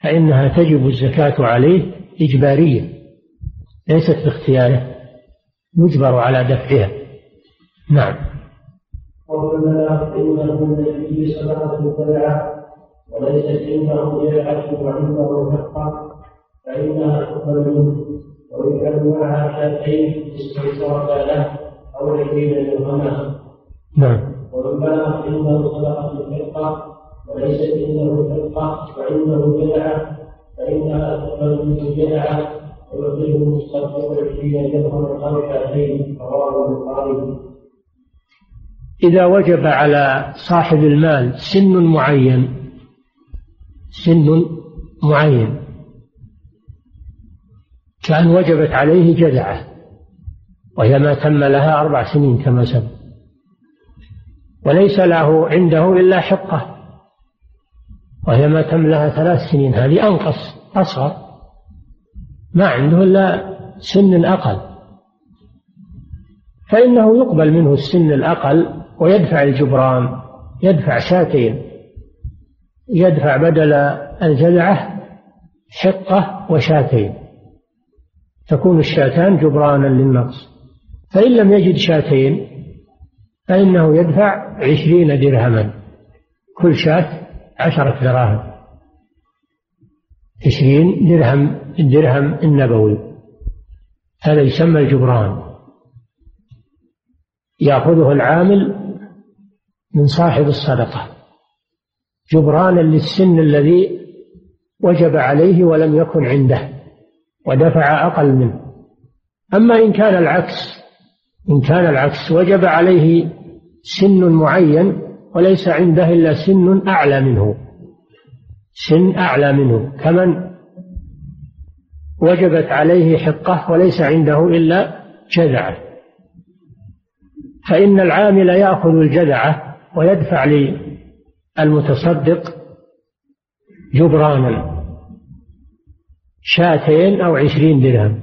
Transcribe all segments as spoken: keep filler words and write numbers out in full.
فإنها تجب الزكاة عليه إجبارية ليست باختياره، يجبر على دفعها. نعم. وقلنا إنه النبي صدقة متبعة وليست عنده جرعة وعنده حقة فإنها تقبل منه ويجعل معها شاتين استيسرتا له أو عشرين درهما. نعم. ومن بلغ عنده صدقة حقة وليست عنده حقة وعنده جرعة فإنها تقبل منه جرعة ويخرجه المستغفر عشرين درهما أو شاتين. رواه البخاري. إذا وجب على صاحب المال سن معين سن معين كان وجبت عليه جذعة وهي ما تم لها أربع سنين كما سبق، وليس له عنده إلا حقة وهي ما تم لها ثلاث سنين، هذه أنقص أصغر، ما عنده إلا سن أقل، فإنه يقبل منه السن الأقل ويدفع الجبران، يدفع شاتين، يدفع بدل الجذعة حقة وشاتين، تكون الشاتان جبرانا للنقص. فإن لم يجد شاتين فإنه يدفع عشرين درهما، كل شاة عشرة دراهم، عشرين درهم الدرهم النبوي، هذا يسمى الجبران، يأخذه العامل من صاحب الصدقة جبرانا للسن الذي وجب عليه ولم يكن عنده ودفع أقل منه. أما إن كان العكس إن كان العكس وجب عليه سن معين وليس عنده إلا سن أعلى منه سن أعلى منه كمن وجبت عليه حقة وليس عنده إلا جذعة، فإن العامل يأخذ الجذعة ويدفع للمتصدق جبرانا شاتين أو عشرين درهم،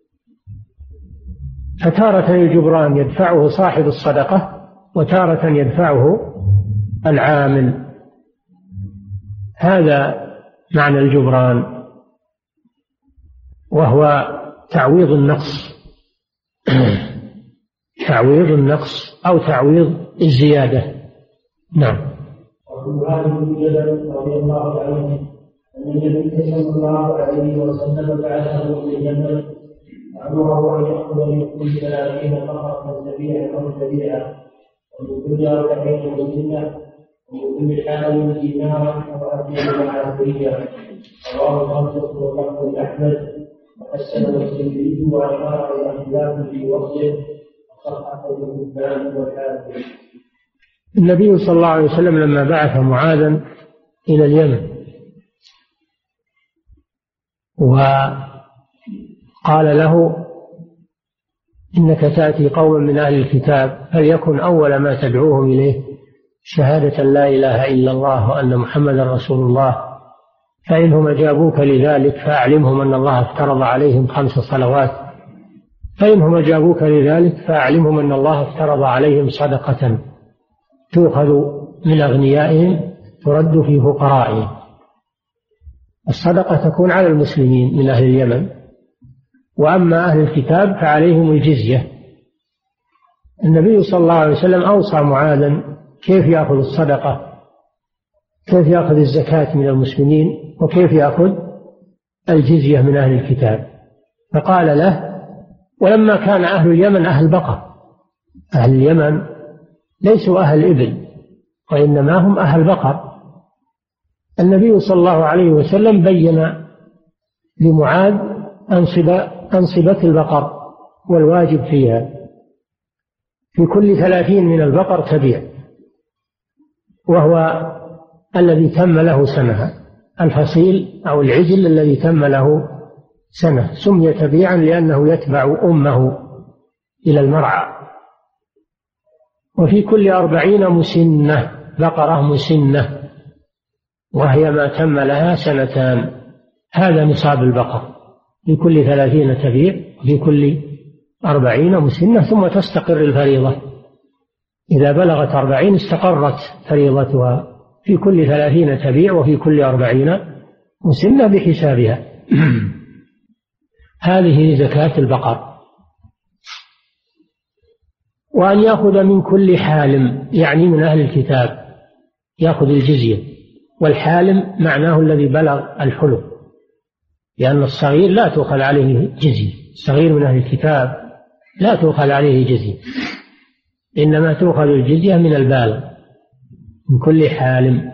فتارة الجبران يدفعه صاحب الصدقة وتارة يدفعه العامل، هذا معنى الجبران، وهو تعويض النقص تعويض النقص أو تعويض الزيادة. نعم. وعن معاذ بن جبل رضي الله عنه أن النبي صلى الله عليه وسلم بعثه إلى اليمن أمره أن يأخذ من كل ثلاثين فقرة سبيعا أو سبيعا ومن كل أربعين مسنة ومن كل حال دينارا أو أربعين عافية. رواه الخمسة واللفظ أحمد وحسنه الترمذي وأشار إلى خلافه في وصفه وصححه ابن حبان والحاكم. النبي صلى الله عليه وسلم لما بعث معاذا إلى اليمن وقال له إنك تأتي قوما من أهل الكتاب فليكن أول ما تدعوهم إليه شهادة لا إله إلا الله وأن محمدا رسول الله، فإنهم أجابوك لذلك فأعلمهم أن الله افترض عليهم خمس صلوات، فإنهم أجابوك لذلك فأعلمهم أن الله افترض عليهم صدقة تؤخذ من أغنيائهم ترد في فقرائهم. الصدقة تكون على المسلمين من أهل اليمن، وأما أهل الكتاب فعليهم الجزية. النبي صلى الله عليه وسلم أوصى معاذا كيف يأخذ الصدقة، كيف يأخذ الزكاة من المسلمين، وكيف يأخذ الجزية من أهل الكتاب، فقال له: ولما كان أهل اليمن أهل بقر، أهل اليمن ليسوا أهل إبل وإنما هم أهل بقر، النبي صلى الله عليه وسلم بين لمعاذ أنصبة البقر والواجب فيها، في كل ثلاثين من البقر تبيع، وهو الذي تم له سنة، الفصيل أو العجل الذي تم له سنة سمي تبيعا لأنه يتبع أمه إلى المرعى. وفي كل أربعين مسنة، بقرة مسنة وهي ما تم لها سنتان، هذا نصاب البقر، في كل ثلاثين تبيع، في كل أربعين مسنة، ثم تستقر الفريضة، إذا بلغت أربعين استقرت فريضتها، في كل ثلاثين تبيع وفي كل أربعين مسنة بحسابها. هذه زكاة البقر. وأن يأخذ من كل حالم، يعني من أهل الكتاب يأخذ الجزية، والحالم معناه الذي بلغ الحلم، لأن الصغير لا تؤخذ عليه جزية، الصغير من أهل الكتاب لا تؤخذ عليه جزية، إنما تؤخذ الجزية من البالغ من كل حالم.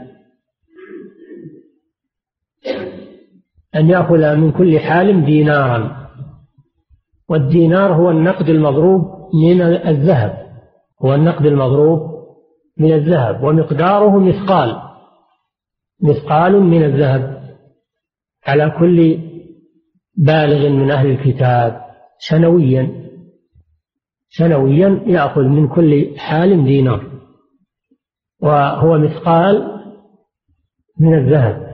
أن يأخذ من كل حالم دينارا، والدينار هو النقد المضروب من الذهب، هو النقد المضروب من الذهب، ومقداره مثقال مثقال من الذهب على كل بالغ من أهل الكتاب سنويا سنويا يأخذ من كل حالم دينار، وهو مثقال من الذهب.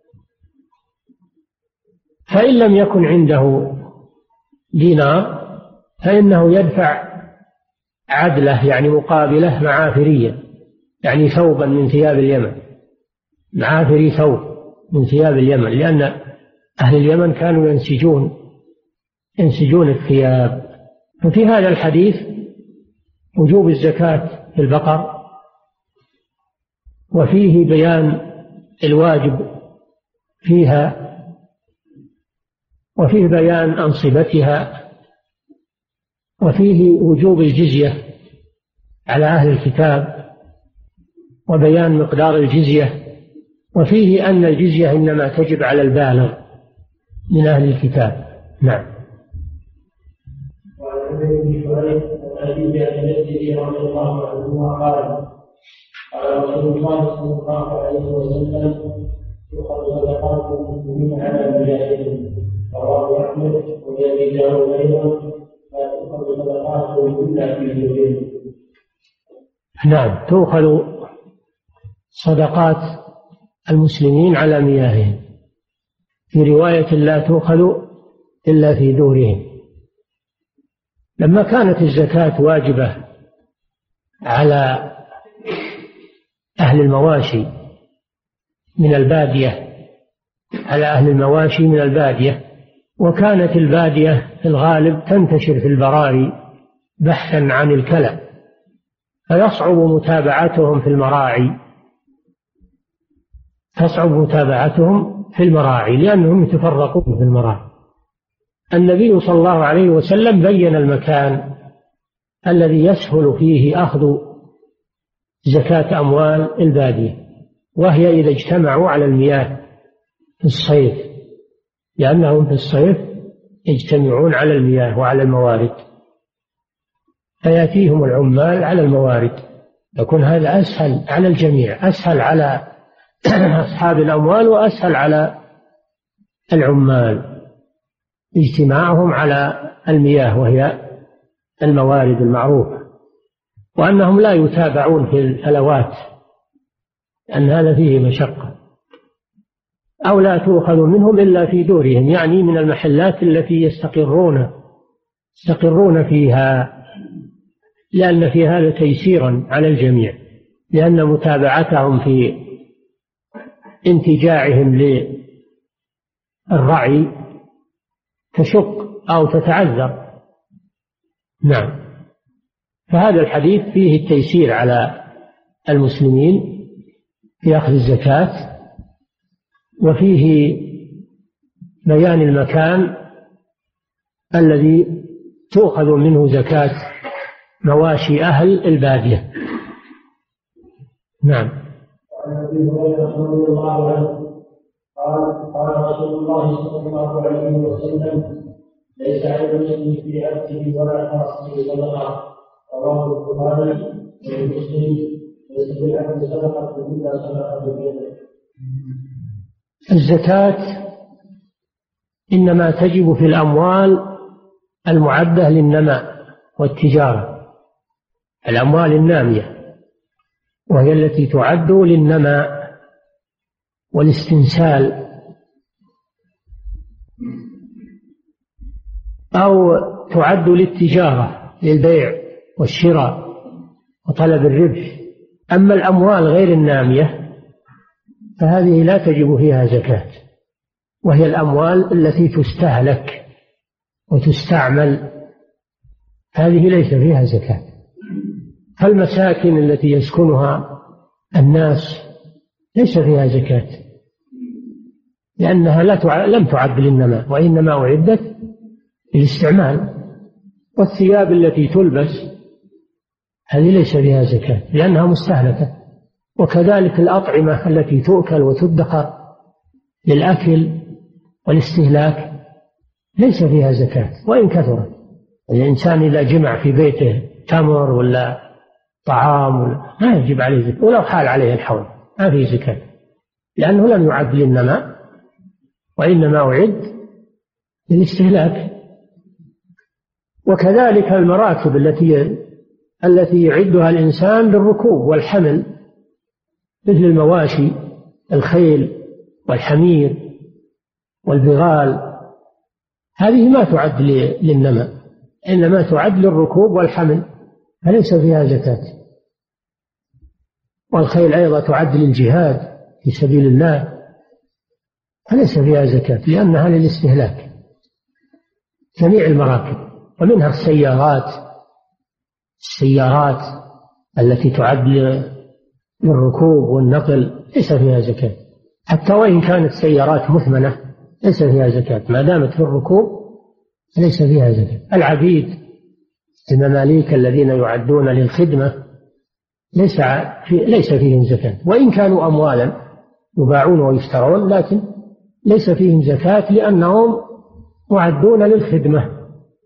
فإن لم يكن عنده دينار فإنه يدفع عدله، يعني مقابله معافرية، يعني ثوبا من ثياب اليمن، معافري ثوب من ثياب اليمن، لأن أهل اليمن كانوا ينسجون ينسجون الثياب. ففي هذا الحديث وجوب الزكاة في البقر، وفيه بيان الواجب فيها، وفيه بيان أنصبتها، وفيه وجوب الجزية على أهل الكتاب وبيان مقدار الجزية، وفيه أن الجزية إنما تجب على البالغ من أهل الكتاب. نعم. وعن ابن شعيب عن أبي الذي رضي الله عنه قال قال رسول الله صلى الله عليه وسلم يؤخذ صدقات المسلمين على مجاهدهم، رواه أحمد وأبي داود أيضا، لا تؤخذ صدقاتهم إلا في دينهم. نعم، تؤخذ صدقات المسلمين على مياههم، في رواية لا تؤخذ إلا في دورهم. لما كانت الزكاة واجبة على أهل المواشي من البادية، على أهل المواشي من البادية، وكانت البادية في الغالب تنتشر في البراري بحثا عن الكلى، فيصعب متابعتهم في المراعي تصعب متابعتهم في المراعي لأنهم يتفرقون في المراعي. النبي صلى الله عليه وسلم بين المكان الذي يسهل فيه أخذ زكاة أموال البادية، وهي إذا اجتمعوا على المياه في الصيف، لأنهم في الصيف يجتمعون على المياه وعلى الموارد، فيأتيهم العمال على الموارد، يكون هذا أسهل على الجميع، أسهل على أصحاب الأموال وأسهل على العمال اجتماعهم على المياه وهي الموارد المعروفة، وأنهم لا يتابعون في الفلوات لأن هذا فيه مشقة. أو لا تؤخذ منهم إلا في دورهم، يعني من المحلات التي يستقرون يستقرون فيها، لأن في هذا تيسيرا على الجميع، لأن متابعتهم في انتجاعهم للرعي تشق أو تتعذر. نعم. فهذا الحديث فيه التيسير على المسلمين في أخذ الزكاة، وفيه بيان المكان الذي تؤخذ منه زكاة مواشي أهل البادية. نعم. وعن ابي هريره رضي الله عنه قال قال رسول الله صلى الله عليه وسلم ليس على المسلم في عبده ولا خاصه صدقه، رواه البخاري ومسلم. ليس في العبد صدقه الا صدقه بيده. الزكاة إنما تجب في الأموال المعدة للنماء والتجارة، الأموال النامية، وهي التي تعد للنماء والاستنسال، أو تعد للتجارة للبيع والشراء وطلب الربح. أما الأموال غير النامية فهذه لا تجب فيها زكاة، وهي الأموال التي تستهلك وتستعمل، هذه ليس فيها زكاة. فالمساكن التي يسكنها الناس ليس فيها زكاة، لأنها لا تع... لم تعد للنماء، وإنما أعدت للاستعمال. والثياب التي تلبس هذه ليس فيها زكاة لأنها مستهلكة. وكذلك الأطعمة التي تؤكل وتدخر للأكل والاستهلاك ليس فيها زكاة وإن كثرت. الإنسان إذا جمع في بيته تمر ولا طعام ولا ما يجب عليه زكاة، ولو حال عليه الحول ما فيه زكاة، لأنه لم يعد للنماء وإنما أعد للاستهلاك. وكذلك المراكب التي التي يعدها الإنسان للركوب والحمل، مثل المواشي، الخيل والحمير والبغال، هذه ما تعد للنماء، إنما تعد للركوب والحمل، فليس فيها زكاة. والخيل أيضا تعد للجهاد في سبيل الله، فليس فيها زكاة لأنها للاستهلاك. جميع المراكب، ومنها السيارات السيارات التي تعد للركوب والنقل ليس فيها زكاة، حتى وإن كانت سيارات مثمنة ليس فيها زكاة، ما دامت في الركوب ليس فيها زكاة. العبيد المماليك الذين يعدون للخدمة ليس في ليس فيهم زكاة، وإن كانوا أموالا يباعون ويشترون، لكن ليس فيهم زكاة لأنهم معدون للخدمة.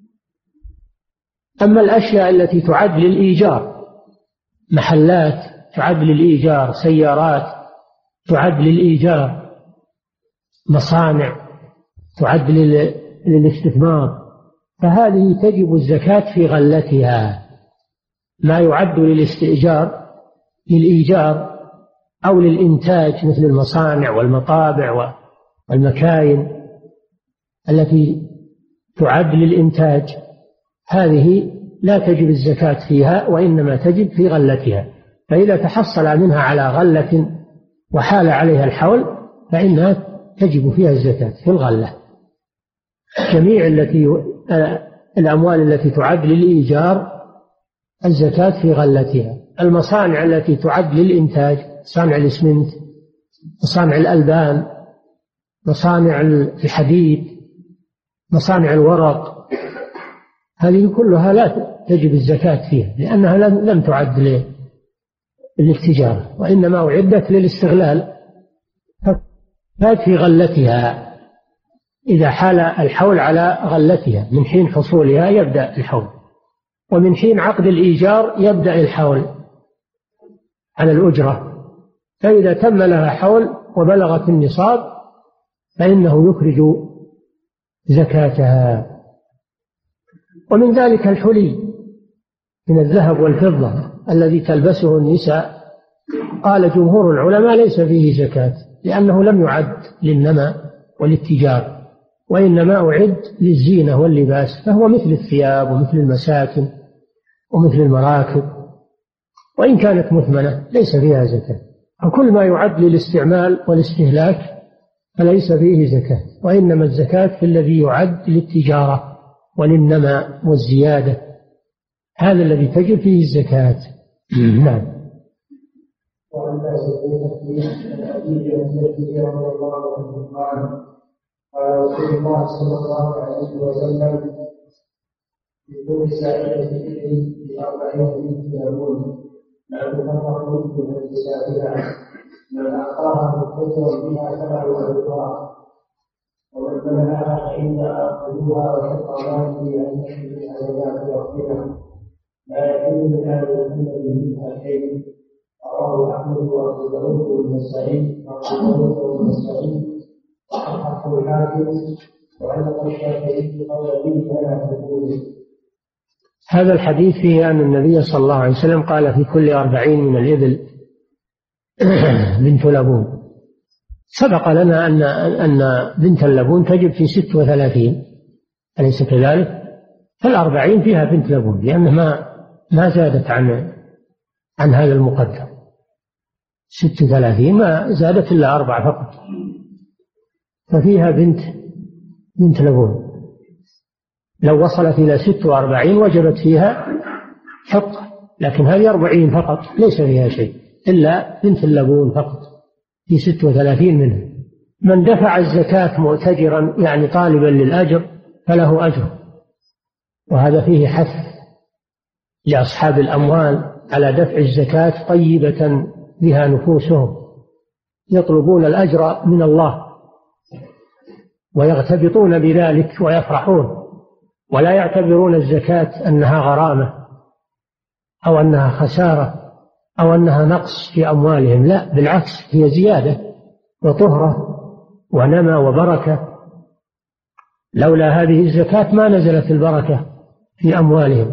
أما الأشياء التي تعد للإيجار، محلات تعد للإيجار، سيارات تعد للإيجار، مصانع تعد للاستثمار، فهذه تجب الزكاة في غلتها. ما يعد للاستئجار للإيجار أو للإنتاج مثل المصانع والمطابع والمكاين التي تعد للإنتاج، هذه لا تجب الزكاة فيها وإنما تجب في غلتها. فإذا تحصل منها على غلة وحال عليها الحول فإنها تجب فيها الزكاة في الغلة. جميع التي الأموال التي تعد للإيجار الزكاة في غلتها. المصانع التي تعد للإنتاج، مصانع الإسمنت، مصانع الألبان، مصانع الحديد، مصانع الورق، هذه كلها لا تجب الزكاة فيها لأنها لم تعد للتجارة وإنما أعدت للاستغلال، فات في غلتها. إذا حال الحول على غلتها من حين حصولها يبدأ الحول، ومن حين عقد الإيجار يبدأ الحول على الأجرة. فإذا تم لها حول وبلغت النصاب فإنه يخرج زكاتها. ومن ذلك الحلي من الذهب والفضة الذي تلبسه النساء، قال جمهور العلماء ليس فيه زكاة لأنه لم يعد للنماء وللتجار، وإنما أعد للزينة واللباس، فهو مثل الثياب ومثل المساكن ومثل المراكب، وإن كانت مثمنة ليس فيها زكاة. فكل ما يعد للاستعمال والاستهلاك فليس فيه زكاة، وإنما الزكاة في الذي يعد للتجارة وللنماء والزيادة، هذا الذي تجب فيه الزكاة. نعم. وعن أبي رضي الله عنه قال قال رسول الله صلى الله عليه وسلم يقول سائلة الإبل بأربعين بنت يقول لا تفرق مثل النساء من أعطاها متصلا بها سبع أبواب ومن منعها فإن أخذوها وحفظها بأن تشرك على وقتها لا يحل لها يكون منها شيء. رواه أحمد وأبو داود والنسائي والنسائي وحقق الحاكم وعلق الشافعي قول فلا تقول. هذا الحديث فيه أن النبي صلى الله عليه وسلم قال في كل أربعين من الإبل بنت لبون. سبق لنا أن أن بنت اللبون تجب في ست وثلاثين، أليس كذلك؟ فالأربعين فيها بنت لبون لأنها ما ما زادت عن عن هذا المقدر. ست وثلاثين ما زادت إلا أربعة فقط. ففيها بنت بنت لبون، لو وصلت إلى ست وأربعين وجبت فيها حقة، لكن هذه أربعين فقط ليس فيها شيء إلا بنت اللبون فقط، في ست وثلاثين منها. من دفع الزكاة مؤتجرا يعني طالبا للأجر فله أجر، وهذا فيه حث لأصحاب الأموال على دفع الزكاة طيبة بها نفوسهم، يطلبون الأجر من الله ويغتبطون بذلك ويفرحون، ولا يعتبرون الزكاة أنها غرامة أو أنها خسارة أو أنها نقص في أموالهم، لا بالعكس، هي زيادة وطهرة ونمى وبركة. لولا هذه الزكاة ما نزلت البركة في أموالهم،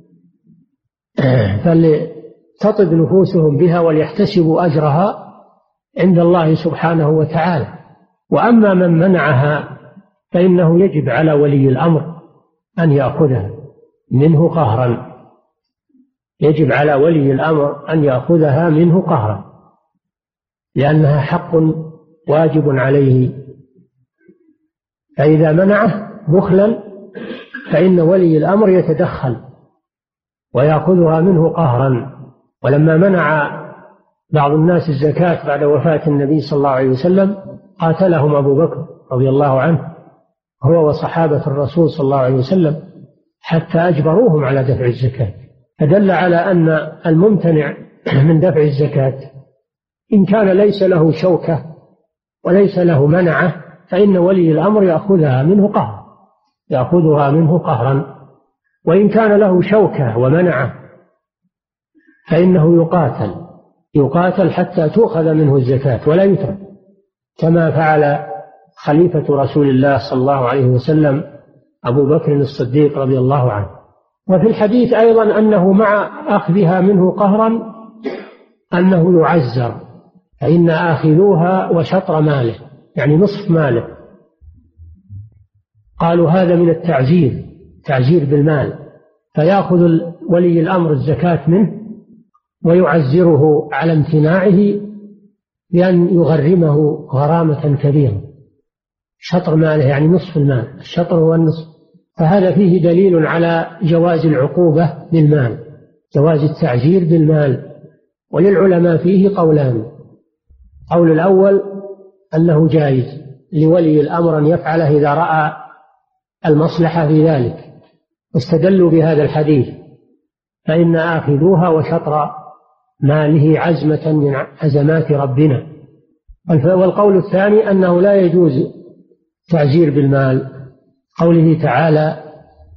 فلتطب نفوسهم بها وليحتسبوا أجرها عند الله سبحانه وتعالى. وأما من منعها فإنه يجب على ولي الأمر أن يأخذها منه قهرا، يجب على ولي الأمر أن يأخذها منه قهرا، لأنها حق واجب عليه. فإذا منعه بخلا فإن ولي الأمر يتدخل ويأخذها منه قهرا. ولما منع بعض الناس الزكاة بعد وفاة النبي صلى الله عليه وسلم قاتلهم أبو بكر رضي الله عنه هو وصحابة الرسول صلى الله عليه وسلم حتى أجبروهم على دفع الزكاة، فدل على أن الممتنع من دفع الزكاة إن كان ليس له شوكة وليس له منعة فإن ولي الأمر يأخذها منه قهرا، يأخذها منه قهرا. وإن كان له شوكة ومنعة فإنه يقاتل يقاتل حتى تؤخذ منه الزكاة ولا يترك، كما فعل خليفة رسول الله صلى الله عليه وسلم أبو بكر الصديق رضي الله عنه. وفي الحديث أيضا أنه مع أخذها منه قهرا أنه يعزر، فإن آخذوها وشطر ماله يعني نصف ماله. قالوا هذا من التعزير، تعزير بالمال، فيأخذ ولي الأمر الزكاة منه ويعزره على امتناعه بأن يغرمه غرامة كبيرة، شطر ماله يعني نصف المال، الشطر هو النصف. فهذا فيه دليل على جواز العقوبة بالمال، جواز التعزير بالمال. وللعلماء فيه قولان، قول الأول أنه جائز لولي الأمر أن يفعله إذا رأى المصلحة في ذلك، واستدلوا بهذا الحديث فإن آخذوها وشطر ماله عزمة من عزمات ربنا. والقول الثاني أنه لا يجوز تعزير بالمال، قوله تعالى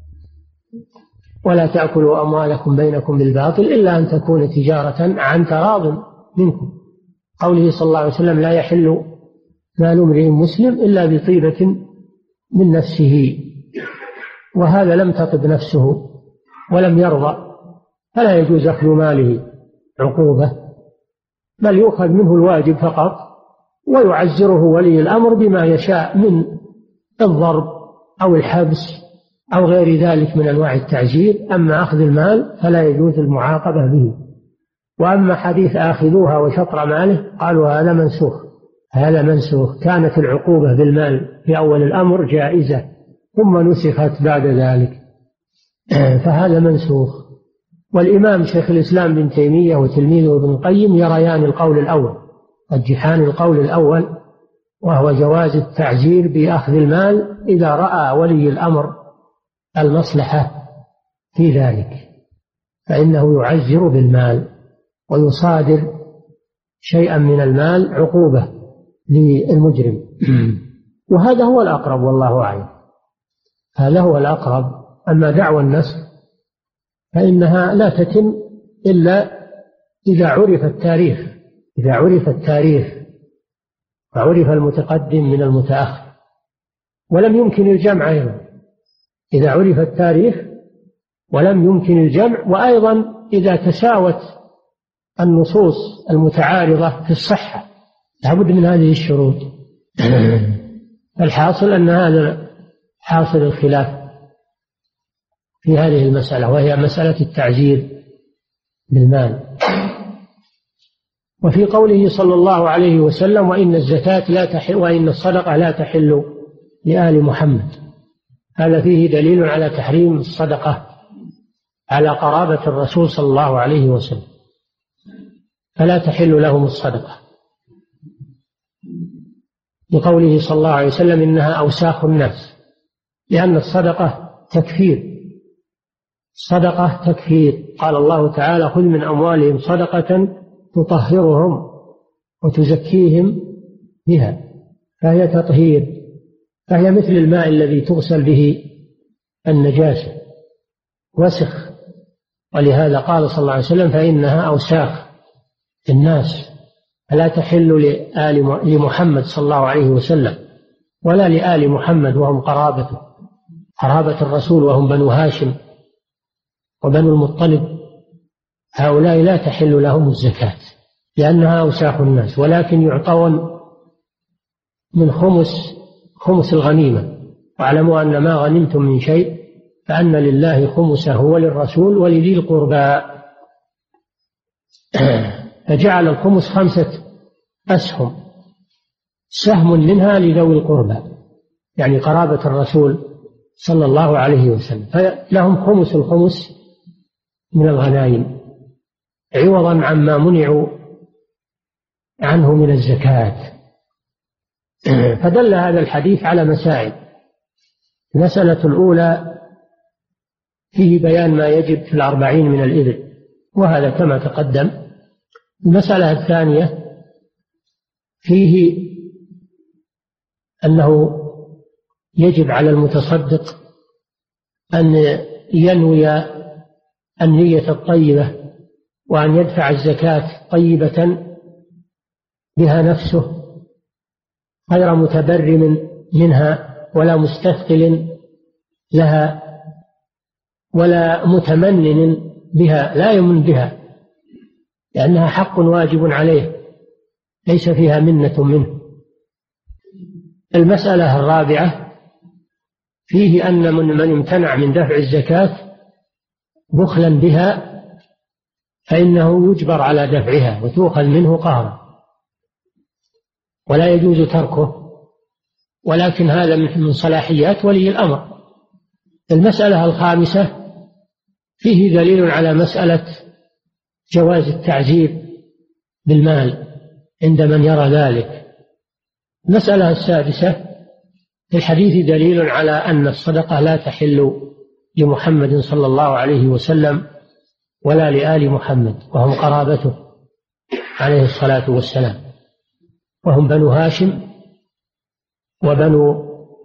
ولا تأكلوا أموالكم بينكم بالباطل إلا أن تكون تجارة عن تراض منكم، قوله صلى الله عليه وسلم لا يحل مال امرئ مسلم إلا بطيبة من نفسه، وهذا لم تطب نفسه ولم يرضى، فلا يجوز أخذ ماله عقوبة، بل يؤخذ منه الواجب فقط، ويعزره ولي الأمر بما يشاء من الضرب أو الحبس أو غير ذلك من أنواع التعزير. أما أخذ المال فلا يجوز المعاقبة به. وأما حديث آخذوها وشطر ماله قالوا هذا منسوخ، هذا منسوخ، كانت العقوبة بالمال في أول الأمر جائزة ثم نسخت بعد ذلك، فهذا منسوخ. والإمام شيخ الإسلام بن تيمية وتلميذه ابن القيم يريان القول الأول، رجحان القول الأول، وهو جواز التعزير بأخذ المال إذا رأى ولي الأمر المصلحة في ذلك، فإنه يعزر بالمال ويصادر شيئا من المال عقوبة للمجرم. وهذا هو الأقرب والله أعلم، هذا هو الأقرب. أما دعوى النسخ فإنها لا تتم إلا إذا عرف التاريخ، إذا عرف التاريخ فعرف المتقدم من المتأخر، ولم يمكن الجمع أيضا إذا عرف التاريخ ولم يمكن الجمع، وأيضا إذا تساوت النصوص المتعارضة في الصحة، لابد من هذه الشروط. الحاصل أن هذا حاصل الخلاف في هذه المسألة، وهي مسألة التعزير بالمال. وفي قوله صلى الله عليه وسلم وإن الزكاة لا تحل وإن الصدقة لا تحل لآل محمد، هذا فيه دليل على تحريم الصدقة على قرابة الرسول صلى الله عليه وسلم، فلا تحل لهم الصدقة، لقوله صلى الله عليه وسلم إنها أوساخ الناس، لأن الصدقة تكفير، الصدقة تكفير. قال الله تعالى خذ من أموالهم صدقة تطهرهم وتزكيهم بها، فهي تطهير، فهي مثل الماء الذي تغسل به النجاسة، وسخ، ولهذا قال صلى الله عليه وسلم فإنها أوساخ الناس، فلا تحل لآل لمحمد صلى الله عليه وسلم ولا لآل محمد وهم قرابته، قرابة الرسول وهم بنو هاشم وبنو المطلب، هؤلاء لا تحل لهم الزكاة لأنها أوساخ الناس، ولكن يعطون من خمس خمس الغنيمة. واعلموا أن ما غنمتم من شيء فأن لله خمسه وللرسول ولذي القربى، فجعل الخمس خمسة أسهم، سهم منها لذوي القربى يعني قرابة الرسول صلى الله عليه وسلم، فلهم خمس الخمس من الغنائم عوضا عما منعوا عنه من الزكاة. فدل هذا الحديث على مسائل. المسألة الأولى فيه بيان ما يجب في الأربعين من الإبل، وهذا كما تقدم. المسألة الثانية فيه أنه يجب على المتصدق أن ينوي النية الطيبة، وأن يدفع الزكاة طيبة بها نفسه غير متبرم منها ولا مستثقل لها ولا متمنن بها، لا يمن بها لأنها حق واجب عليه ليس فيها منة منه. المسألة الرابعة فيه أن من, من امتنع من دفع الزكاة بخلا بها فإنه يجبر على دفعها وتؤخذ منه قهرا، ولا يجوز تركه، ولكن هذا من صلاحيات ولي الأمر. المسألة الخامسة فيه دليل على مسألة جواز التعزير بالمال عند من يرى ذلك. المسألة السادسة في الحديث دليل على أن الصدقة لا تحل لمحمد صلى الله عليه وسلم ولا لآل محمد وهم قرابته عليه الصلاة والسلام، وهم بنو هاشم وبنو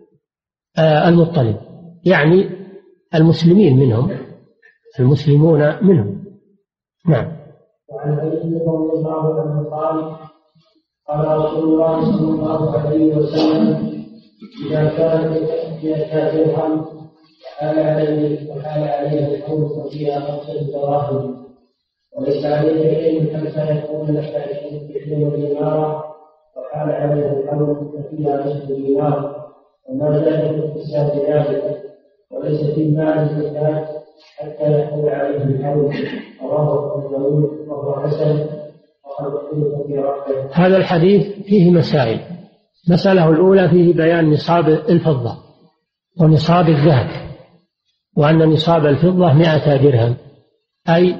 آه المطلب، يعني المسلمين منهم، المسلمون منهم. نعم. وعن علي رضي الله عنه قال قال رسول الله صلى الله عليه وسلم إذا كانت الزكاة درهم وحال عليه وحال عليها الحول ففيها خمسة دراهم وليس عليك شيء حتى يكون لك عشرون دينارا وحال عليها الحول ففيها نصف دينار وما زاد في الحساب ذلك وليس في المال الزكاة حتى يكون عليه الحول. رواه ابو داود وهو حسن وقد اختلف في رفعه. هذا الحديث فيه مسائل. المسألة الأولى فيه بيان نصاب الفضة ونصاب الذهب، وأن نصاب الفضة مائة درهم أي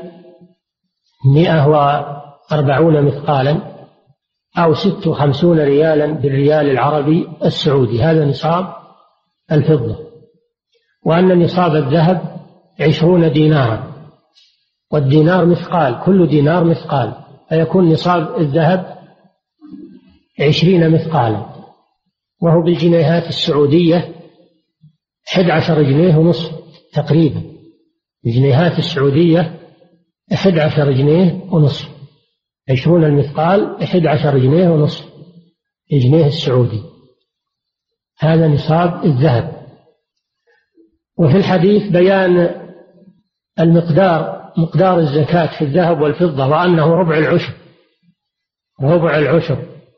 مائة وأربعون مثقالا أو ست وخمسون ريالا بالريال العربي السعودي، هذا نصاب الفضة. وأن نصاب الذهب عشرون دينارا، والدينار مثقال، كل دينار مثقال، فيكون نصاب الذهب عشرين مثقالا، وهو بالجنيهات السعودية أحد عشر جنيه ونصف تقريبا، الجنيهات السعودية أحد عشر جنيه ونصف، عشرون المثقال أحد عشر جنيه ونصف الجنيه السعودي، هذا نصاب الذهب. وفي الحديث بيان المقدار، مقدار الزكاة في الذهب والفضة، وأنه ربع العشر، ربع العشر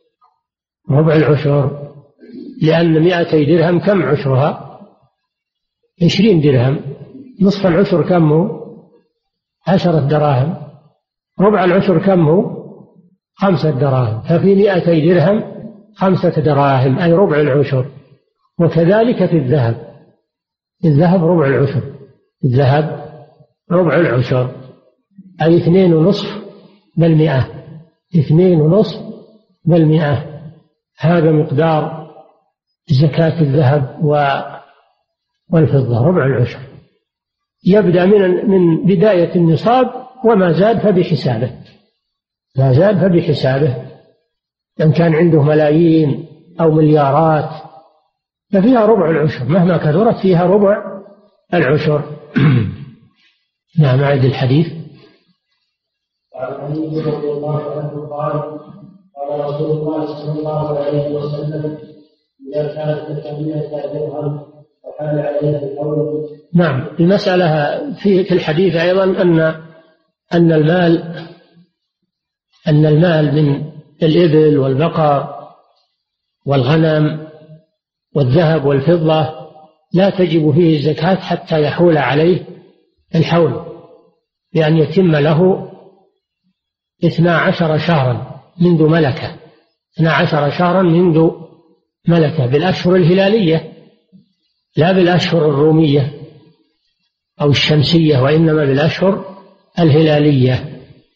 ربع العشر لأن مائتي درهم كم عشرها؟ عشرين درهم، نصف العشر كم هو؟ عشرة دراهم، ربع العشر كم هو؟ خمسة دراهم، ففي مئتي درهم خمسة دراهم أي ربع العشر. وكذلك في الذهب، الذهب ربع العشر، الذهب ربع العشر أي اثنين ونصف بالمئة، اثنين ونصف بالمئة. هذا مقدار زكاة الذهب والفضة ربع العشر. يبدأ من من بداية النصاب وما زاد فبحسابه، ما زاد فبحسابه. إن كان عنده ملايين أو مليارات ففيها ربع العشر، مهما كثرت فيها ربع العشر. نعم. أعد الحديث. وعن علي رضي الله عنه قال قال رسول الله صلى الله عليه وسلم إذا كانت ثمانية درهم وحال عليه الحول. نعم. المسألة في الحديث أيضا أن أن المال أن المال من الإبل والبقر والغنم والذهب والفضة لا تجب فيه الزكاة حتى يحول عليه الحول، بأن يتم له اثنا عشر شهرا منذ ملكه، اثنا عشر شهرا منذ ملكه بالأشهر الهلالية لا بالأشهر الرومية أو الشمسية، وإنما بالأشهر الهلالية.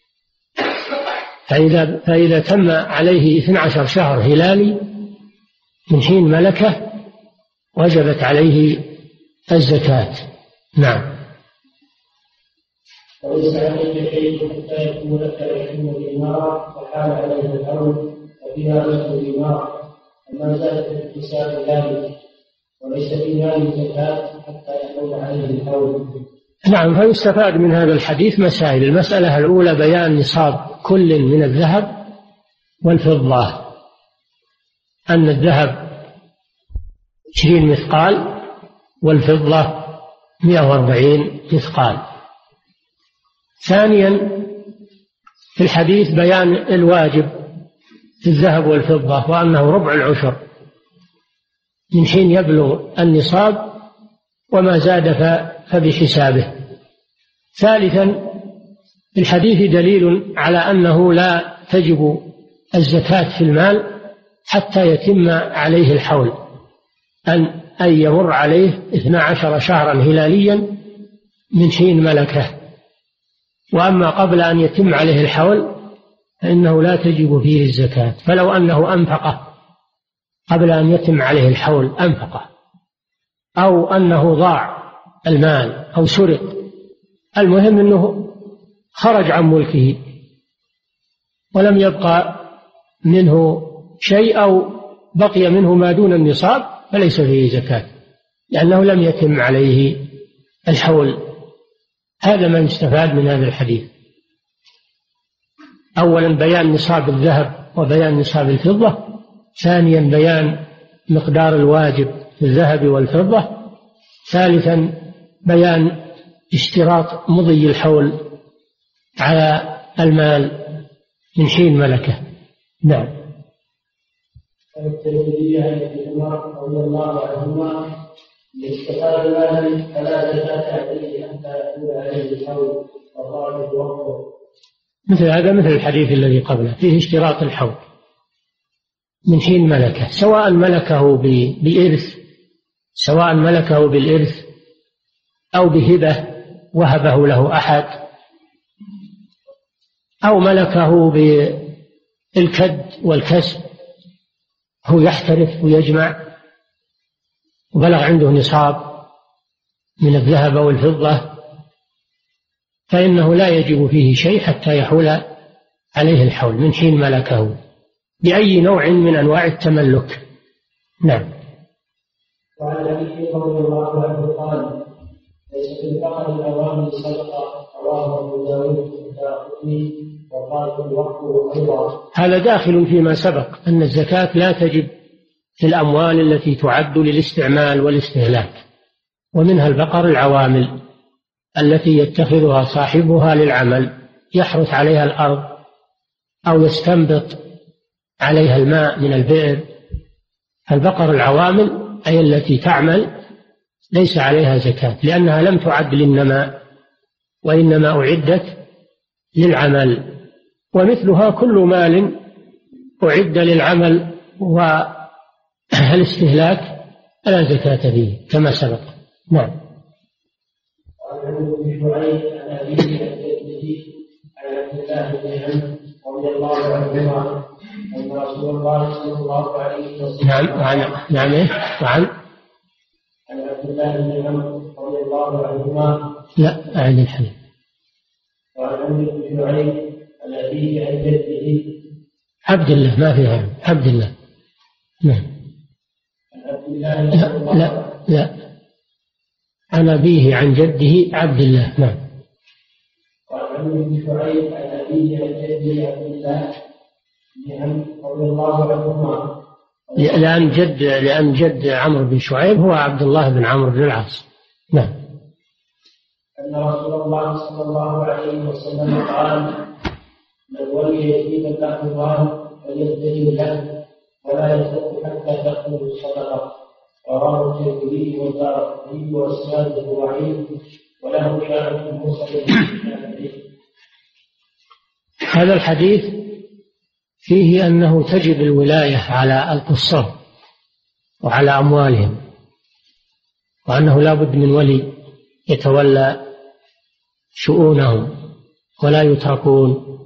فإذا, فإذا تم عليه اثنا عشر شهر هلالي من حين ملكه وجبت عليه الزكاة. نعم. وليس عليك شيء حتى يكون لك عشرين دينارا وحال عليه الحول وفيها نصف دينار، وما زادت في حساب ذلك، وليس في مال زكاة حتى يحول عليه الحول. نعم. فيستفاد من هذا الحديث مسائل. المسألة الأولى بيان نصاب كل من الذهب والفضة، أن الذهب عشرين مثقال والفضة مئة وأربعين مثقال. ثانيا في الحديث بيان الواجب في الذهب والفضة، وأنه ربع العشر من حين يبلغ النصاب وما زاد فبحسابه. ثالثا في الحديث دليل على أنه لا تجب الزكاة في المال حتى يتم عليه الحول، أن أن يمر عليه اثنا عشر شهرا هلاليا من حين ملكه. وأما قبل أن يتم عليه الحول فإنه لا تجب فيه الزكاة. فلو أنه أنفقه قبل أن يتم عليه الحول، أنفقه أو أنه ضاع المال أو سرق، المهم أنه خرج عن ملكه ولم يبقى منه شيء أو بقي منه ما دون النصاب، فليس فيه زكاة لأنه لم يتم عليه الحول. هذا ما يستفاد من هذا الحديث. أولا بيان نصاب الذهب وبيان نصاب الفضة. ثانيا بيان مقدار الواجب في الذهب والفضة. ثالثا بيان اشتراط مضي الحول على المال من حين ملكه. نعم. الترمذي عن ابن عمر رضي الله عنهما استفاد مالا فلا زكاة عليه حتى يحول عليه الحول وقال وقته. مثل هذا مثل الحديث الذي قبله فيه اشتراط الحول من حين ملكه، سواء ملكه بإرث سواء ملكه بالإرث أو بهبة وهبه له أحد، أو ملكه بالكد والكسب، هو يحترف ويجمع وبلغ عنده نصاب من الذهب والفضة، فإنه لا يجب فيه شيء حتى يحول عليه الحول من حين ملكه بأي نوع من أنواع التملك. نعم. وعن أبي رضي الله عنه قال ليس في البقر الأوامر صدقة، رواه أبو داود والدارقطني وقال الوقت أيضا. هذا داخل فيما سبق أن الزكاة لا تجب في الأموال التي تعد للاستعمال والاستهلاك، ومنها البقر العوامل التي يتخذها صاحبها للعمل، يحرث عليها الأرض أو يستنبط عليها الماء من البئر. البقر العوامل أي التي تعمل ليس عليها زكاة، لأنها لم تعد للنماء وإنما أعدت للعمل. ومثلها كل مال أعد للعمل والاستهلاك فلا زكاة فيه كما سبق. نعم. وعن ابن شعيب عن أبيه عن جده عن عبد الله بن عمرو رضي الله عنهما أن رسول الله صلى الله عليه وسلم نعم عن نعم عن عن عبد الله بن عمرو رضي الله عنهما لا أعد الحديث. وعن ابن شعيب عن أبيه عن جده عبد الله ما فيها عبد الله. نعم. لا لا لا عن أبيه عن جده عبد الله. نعم. وعن ابن شعيب عن أبيه عن جده عبد الله بن عمرو رضي الله عنهما لأن جد لأن جد عمرو بن شعيب هو عبد الله بن عمرو بن العاص. نعم. أن رسول الله صلى الله عليه وسلم قال: من ولي يتيما له مال فليستجب له ولا يصدق حتى تأخذ الصدقة. رواه الترمذي والدارقطني واسناده ضعيف وله شاهد مرسل. هذا الحديث فيه أنه تجب الولاية على القصار وعلى أموالهم، وأنه لا بد من ولي يتولى شؤونهم ولا يتركون.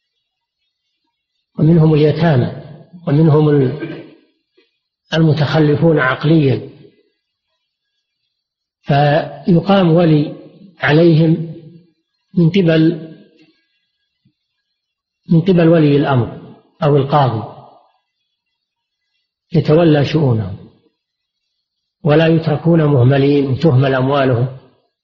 ومنهم اليتامى ومنهم المتخلفون عقليا، فيقام ولي عليهم من قبل من قبل ولي الأمر أو القاضي يتولى شؤونهم ولا يتركون مهملين وتهمل أموالهم.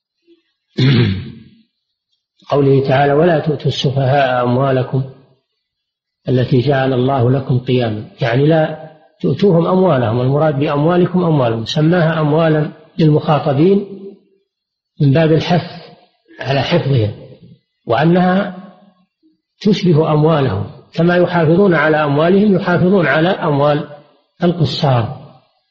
قوله تعالى: ولا تؤتوا السفهاء أموالكم التي جعل الله لكم قياما، يعني لا تؤتوهم أموالهم، والمراد بأموالكم أموالهم، سماها أموالا للمخاطبين من باب الحث على حفظها، وأنها تشبه أموالهم كما يحافظون على أموالهم يحافظون على أموال القصار.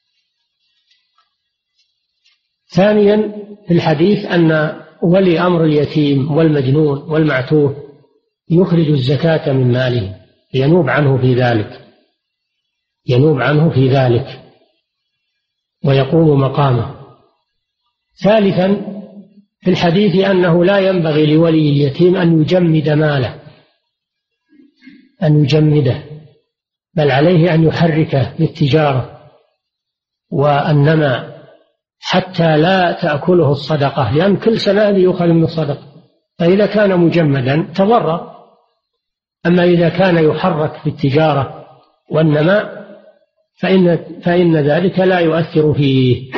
ثانيا في الحديث أن ولي أمر اليتيم والمجنون والمعتوه يخرج الزكاة من ماله، ينوب عنه في ذلك ينوب عنه في ذلك ويقوم مقامه. ثالثا في الحديث أنه لا ينبغي لولي اليتيم أن يجمد ماله أن يجمده بل عليه أن يحركه بالتجارة والنماء حتى لا تأكله الصدقة، لأن كل سنة يؤخذ من الصدقة، فإذا كان مجمدا تضرر. أما إذا كان يحرك بالتجارة والنماء فإن, فإن ذلك لا يؤثر فيه.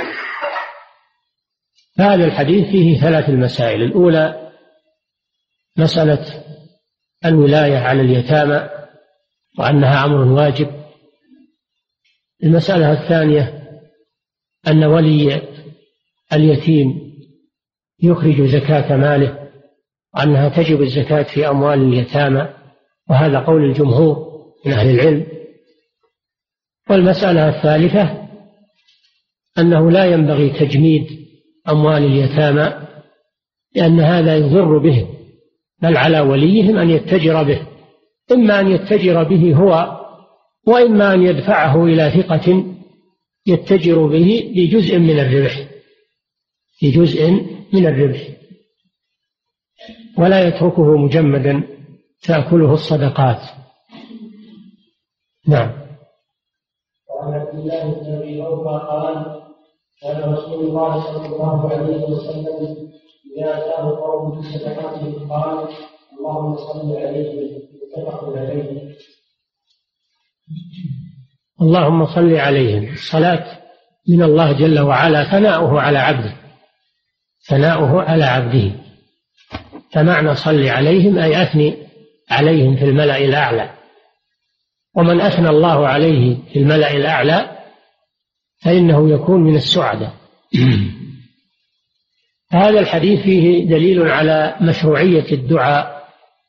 هذا الحديث فيه ثلاث المسائل: الأولى مسألة الولاية على اليتامى وأنها أمر واجب. المسألة الثانية أن ولي اليتيم يخرج زكاة ماله وأنها تجب الزكاة في أموال اليتامى، وهذا قول الجمهور من أهل العلم. والمسألة الثالثة أنه لا ينبغي تجميد أموال اليتامى لأن هذا يضر بهم، بل على وليهم أن يتجر به، إما أن يتجر به هو وإما أن يدفعه إلى ثقة يتجر به بجزء من الربح بجزء من الربح ولا يتركه مجمدا تأكله الصدقات. نعم. وعن عبد الله بن أبي أوفى قال: كان رسول الله صلى الله عليه وسلم إذا أتاه قوم بصدقاتهم قال: اللهم صل عليهم. متفق عليه. اللهم صل عليهم، الصلاة من الله جل وعلا ثناؤه على عبده ثناؤه على عبده فمعنى صل عليهم أي أثني عليهم في الملأ الأعلى، ومن أثنى الله عليه في الملأ الأعلى فإنه يكون من السعداء. هذا الحديث فيه دليل على مشروعية الدعاء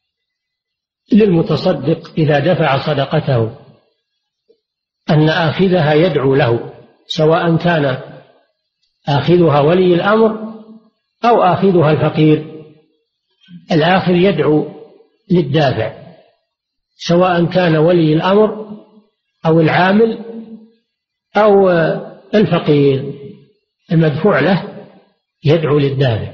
للمتصدق إذا دفع صدقته، أن آخذها يدعو له، سواء كان آخذها ولي الأمر أو آخذها الفقير، الآخذ يدعو للدافع سواء كان ولي الأمر أو العامل أو الفقير المدفوع له يدعو للدافع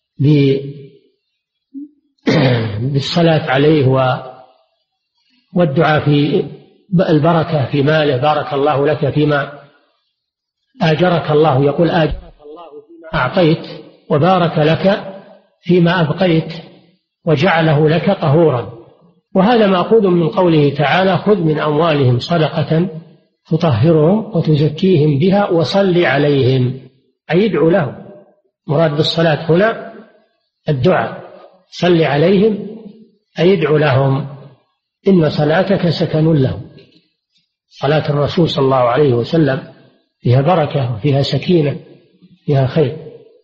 بالصلاة عليه والدعاء في البركة في ماله، بارك الله لك فيما آجرك الله، يقول آجرك الله فيما أعطيت وبارك لك فيما أبقيت وجعله لك طهورا. وهذا مأخوذ من قوله تعالى خذ من أموالهم صدقة تطهرهم وتزكيهم بها وصل عليهم، أي يدعو لهم. مراد بالصلاة هنا الدعاء، صل عليهم أي يدعو لهم، إن صلاتك سكن لهم. صلاة الرسول صلى الله عليه وسلم فيها بركة وفيها سكينة فيها خير،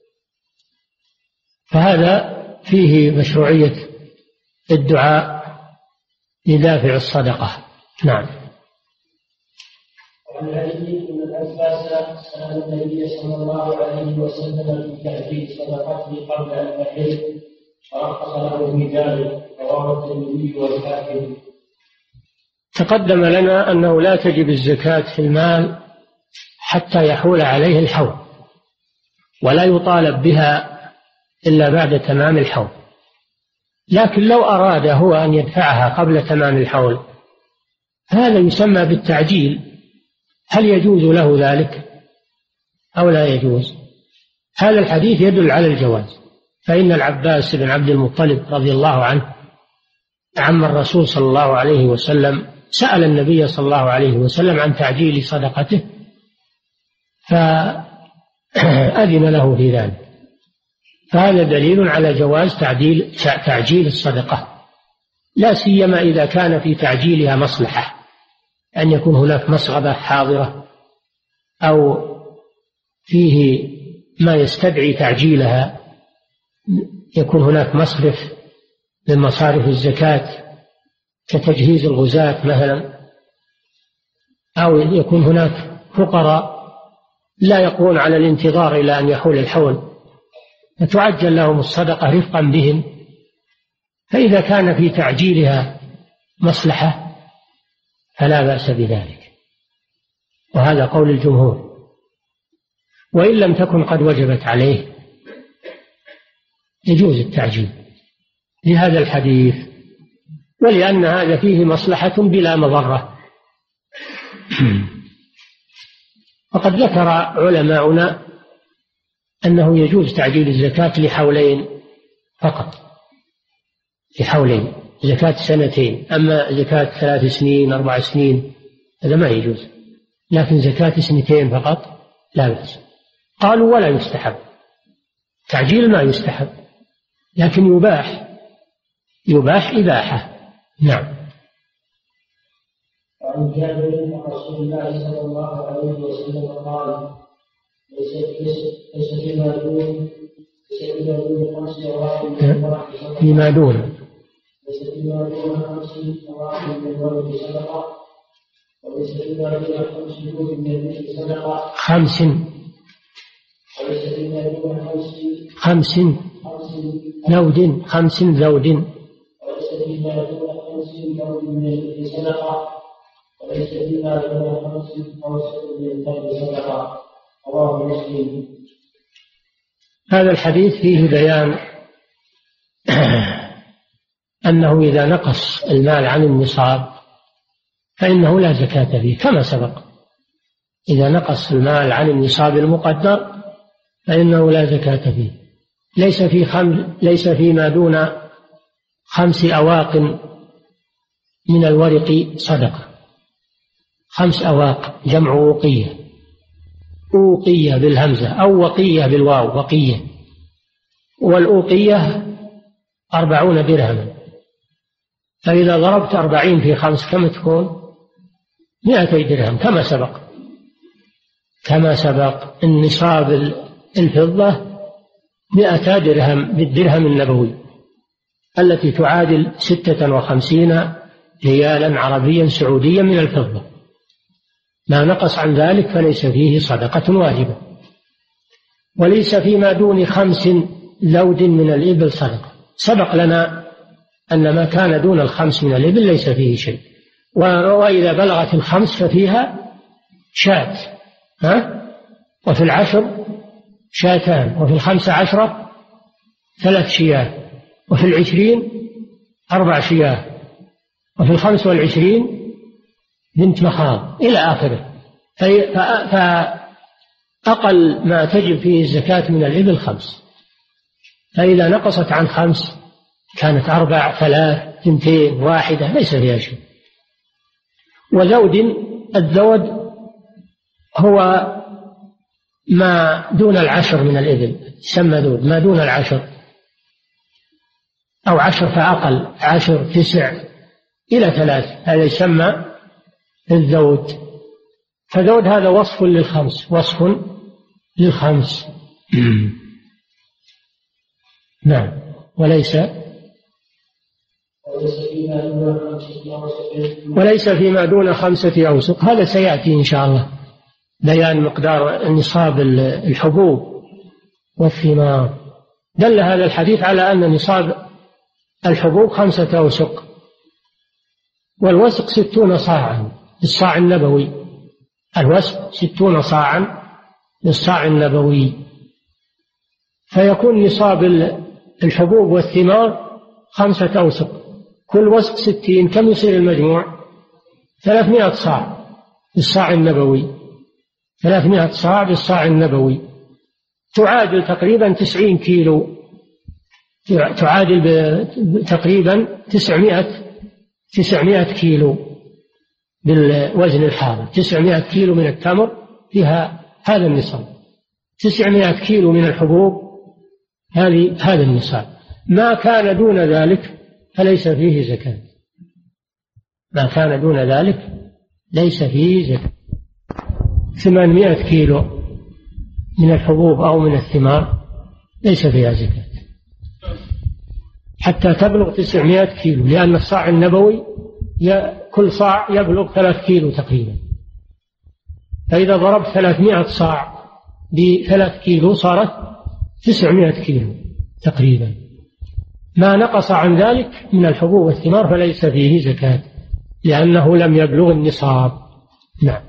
فهذا فيه مشروعية الدعاء لدافع الصدقة. نعم. وعن علي بن عباس سأل النبي صلى الله عليه وسلم في تأديب صدقته قبل أن يحج فرخص له في ذلك، رواه الترمذي والحاكم. تقدم لنا أنه لا تجب الزكاة في المال حتى يحول عليه الحول، ولا يطالب بها إلا بعد تمام الحول، لكن لو أراد هو أن يدفعها قبل تمام الحول هذا يسمى بالتعجيل. هل يجوز له ذلك أو لا يجوز؟ هذا الحديث يدل على الجواز، فإن العباس بن عبد المطلب رضي الله عنه عم الرسول صلى الله عليه وسلم سأل النبي صلى الله عليه وسلم عن تعجيل صدقته فأذن له في ذلك، فهذا دليل على جواز تعديل تعجيل الصدقة، لا سيما إذا كان في تعجيلها مصلحة، أن يكون هناك مسغبة حاضرة أو فيه ما يستدعي تعجيلها، يكون هناك مصرف من مصارف الزكاة كتجهيز الغزاة مثلا، أو يكون هناك فقراء لا يقوون على الانتظار إلى أن يحول الحول فتعجل لهم الصدقة رفقا بهم، فإذا كان في تعجيلها مصلحة فلا بأس بذلك، وهذا قول الجمهور. وإن لم تكن قد وجبت عليه يجوز التعجيل لهذا الحديث، ولأن هذا فيه مصلحة بلا مضرة. وقد ذكر علماؤنا أنه يجوز تعجيل الزكاة لحولين فقط، لحولين، زكاة سنتين، أما زكاة ثلاث سنين أربع سنين هذا ما يجوز، لكن زكاة سنتين فقط لا بأس. قالوا ولا يستحب تعجيل، ما يستحب لكن يباح، يباح إباحة. نعم. وعن جابر أن رسول الله صلى الله عليه وسلم قال ليس فيما دون ليس فيما دون خمس أواخر فيما دون ليس فيما دون خمس أواخر من الولد صدقة، وليس فيما دون خمس جود من البشر صدقة، خمس وليس فيما دون خمس خمس زوج خمس زوج وليس فيما دون خمس زوج من البشر صدقة، وليس فيما دون خمس أوسط من الكلب صدقة، رواه مسلم. هذا الحديث فيه بيان أنه إذا نقص المال عن النصاب فإنه لا زكاة فيه كما سبق، إذا نقص المال عن النصاب المقدر فإنه لا زكاة فيه. ليس في خمس ليس فيما دون خمس أواق من الورق صدقة. خمس أواق جمع وقية، أوقية بالهمزة أو وقية بالواو، وقية، والأوقية أربعون درهما، فإذا ضربت أربعين في خمس كم تكون؟ مئتي درهم كما سبق. كما سبق النصاب الفضة مئتا درهم بالدرهم النبوي التي تعادل ستة وخمسين ريالا عربيا سعوديا من الفضة، ما نقص عن ذلك فليس فيه صدقة واجبة. وليس فيما دون خمس زوج من الإبل صدقة. سبق لنا أن ما كان دون الخمس من الإبل ليس فيه شيء، وإذا بلغت الخمس ففيها شاة، ها؟ وفي العشر شاتان، وفي الخمس عشرة ثلاث شياه، وفي العشرين أربع شياه، وفي الخمس والعشرين بنت مخاض إلى آخره. فأقل ما تجب فيه الزكاة من الإبل خمس، فإذا نقصت عن خمس كانت أربع ثلاث اثنتين واحدة ليس فيها شيء. وزود، الزود هو ما دون العشر من الإبل، يسمى ذود ما دون العشر، أو عشر فأقل، عشر تسع إلى ثلاث، هذا يسمى الزود. فزود هذا وصف للخمس، وصف للخمس. نعم. وليس وليس فيما دون خمسة أوسق، هذا سيأتي إن شاء الله بيان مقدار نصاب الحبوب والثمار. دل هذا الحديث على أن نصاب الحبوب خمسة أوسق، والوسق ستون صاعا بالصاع النبوي، الوسق ستون صاعا بالصاع النبوي، فيكون نصاب الحبوب والثمار خمسة أوسق، كل وسق ستين، كم يصير المجموع؟ ثلاثمائة صاع بالصاع النبوي، ثلاثمائة صاع بالصاع النبوي تعادل تقريبا تسعين كيلو، تعادل تقريبا تسعمائة تسعمائة كيلو بالوزن الحاضر. تسعمائة كيلو من التمر فيها هذا النصاب، تسعمائة كيلو من الحبوب هذه هذا النصاب. ما كان دون ذلك فليس فيه زكاة، ما كان دون ذلك ليس فيه زكاة. ثمانمائة كيلو من الحبوب أو من الثمار ليس فيها زكاة حتى تبلغ تسعمائة كيلو، لأن الصاع النبوي كل صاع يبلغ ثلاث كيلو تقريبا، فإذا ضربت ثلاثمائة صاع بثلاث كيلو صارت تسعمائة كيلو تقريبا. ما نقص عن ذلك من الحبوب والثمار فليس فيه زكاة لأنه لم يبلغ النصاب. نعم.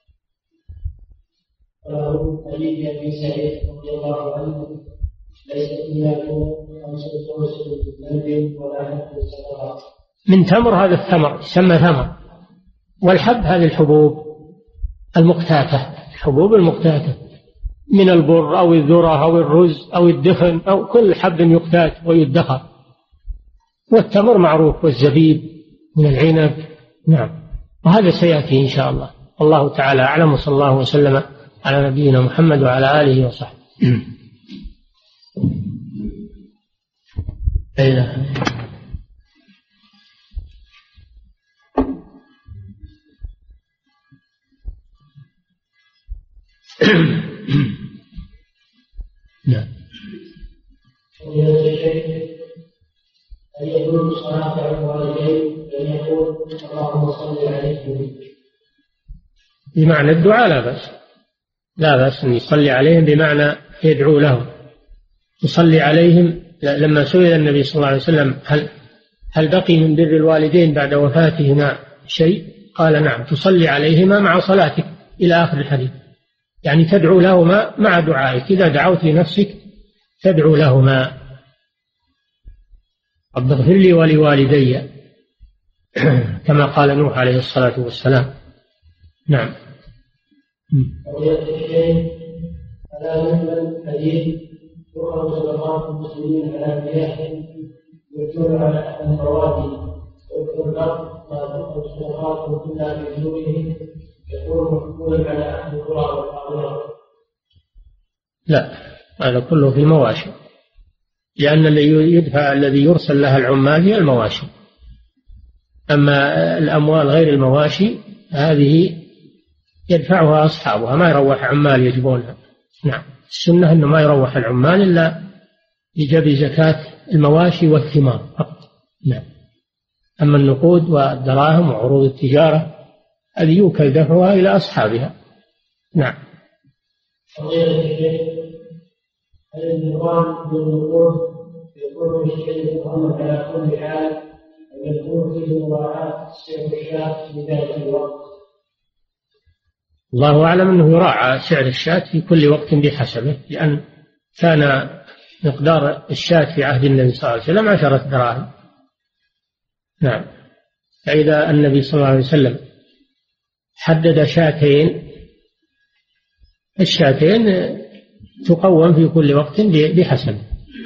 علي بن سعيد رضي الله عنه ليس إياه خمسة أوسق من ولا حب الصدقات. من تمر، هذا الثمر يسمى ثمر، والحب هذه الحبوب المقتاتة، الحبوب المقتاتة من البر أو الذرة أو الرز أو الدخن أو كل حب يقتات ويدخر. والتمر معروف، والزبيب من العنب. نعم. وهذا سيأتي إن شاء الله. والله تعالى أعلم، وصلى الله وسلم على نبينا محمد وعلى آله وصحبه. إله. نعم. أن يكون الصلاة على الوالدين أن يقول اللهم صل عليهم، بمعنى الدعاء لا بأس، لا بأس أن يصلي عليهم بمعنى يدعو لهم، يصلي عليهم. لما سئل النبي صلى الله عليه وسلم هل هل بقي من بر الوالدين بعد وفاتهما شيء؟ قال نعم، تصلي عليهما مع صلاتك إلى آخر الحديث، يعني تدعو لهما مع دعائك. إذا دعوت لنفسك تدعو لهما رب اغفر لي ولوالدي كما قال نوح عليه الصلاة والسلام. نعم. ألا مثل حديث يؤخذ صدقات المسلمين على مياه يؤتون على أحد الرواتب ويؤتون الأرض ما تؤخذ صدقاتهم إلا بجنوبهم يكون محمولا على أحد القرى والقاهرة. لا، هذا كله في المواشي، لأن الذي يدفع الذي يرسل لها العمال هي المواشي. أما الأموال غير المواشي هذه يدفعها أصحابها، ما يروح عمال يجبونها. نعم. السنة أنه ما يروح العمال إلا يجب زكاة المواشي والثمار فقط. نعم. أما النقود والدراهم وعروض التجارة هذه يوكل دفعها إلى أصحابها. نعم. النظام بالنقود يكون الشيء محمد على كل حال ويكون فيه مراعاة سعر الشاة في ذلك الوقت. الله أعلم أنه يراعى سعر الشاة في كل وقت بحسبه، لأن كان مقدار الشاة في عهد النبي صلى الله عليه وسلم عشرة دراهم. نعم. فإذا النبي صلى الله عليه وسلم حدد شاتين، الشاتين تقوم في كل وقت بحسبه.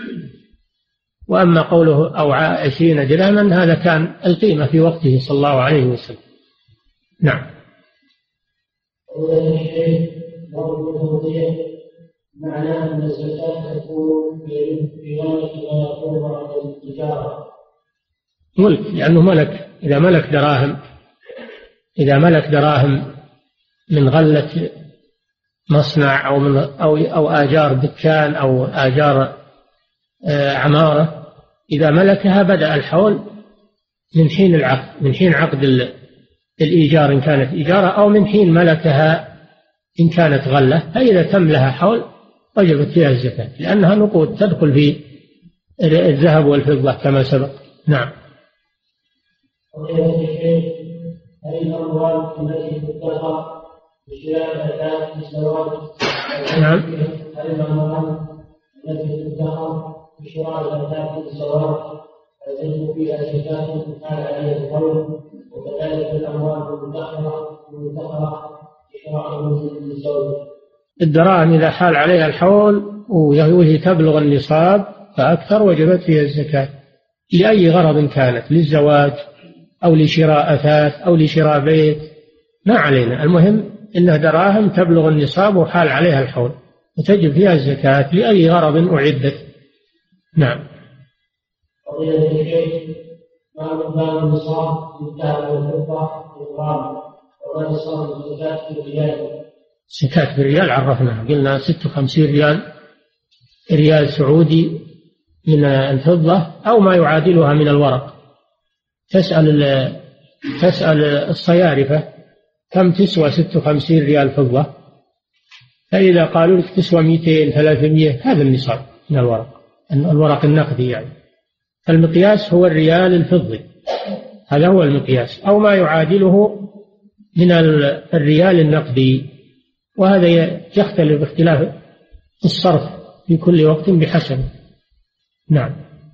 وأما قوله أو عشرين درهما هذا كان القيمة في وقته صلى الله عليه وسلم. نعم. معناه أن الزكاة تكون في غاية ما يكون بعد التجارة. ملك، لأنه ملك. إذا ملك دراهم إذا ملك دراهم من غلة مصنع أو من أو أو آجار دكان أو آجار عمارة، إذا ملكها بدأ الحول من حين العقد، من حين عقد الإيجار إن كانت إيجارة، أو من حين ملكها إن كانت غلة. فإذا تم لها حول وجبت فيها الزكاة، لأنها نقود تدخل في الذهب والفضة كما سبق. نعم. هل الأموال التي تدخر بشراء الزكاة في الزواج؟ نعم. هل الأموال التي تدخر بشراء الزكاة في الزواج تجب فيها زكاة كان عليها القول؟ وكذلك الأموال المدخرة المدخرة بشراء المنزل للزوج. الدراهم إذا حال عليها الحول وهي تبلغ النصاب فأكثر وجبت فيها الزكاة لأي غرض كانت، للزواج أو لشراء أثاث أو لشراء بيت، ما علينا. المهم إنها دراهم تبلغ النصاب وحال عليها الحول وتجب فيها الزكاة لأي غرض أعدت. نعم. فضيلة الشيخ، ما مقدار النصاب للذهب والفضة والغرام، وما نصاب الزكاة في الريال؟ زكاة بالريال عرفناها، قلنا ستة وخمسين ريال ريال سعودي من الفضة أو ما يعادلها من الورق. تسأل تسأل الصيارفة كم تسوى ستة وخمسين ريال فضة، فإذا قالوا لك تسوى مئتين ثلاثمائة هذا النصاب من الورق، الورق النقدي يعني. فالمقياس هو الريال الفضي، هذا هو المقياس، أو ما يعادله من الريال النقدي، وهذا يختلف باختلاف الصرف في كل وقت بحسب. نعم.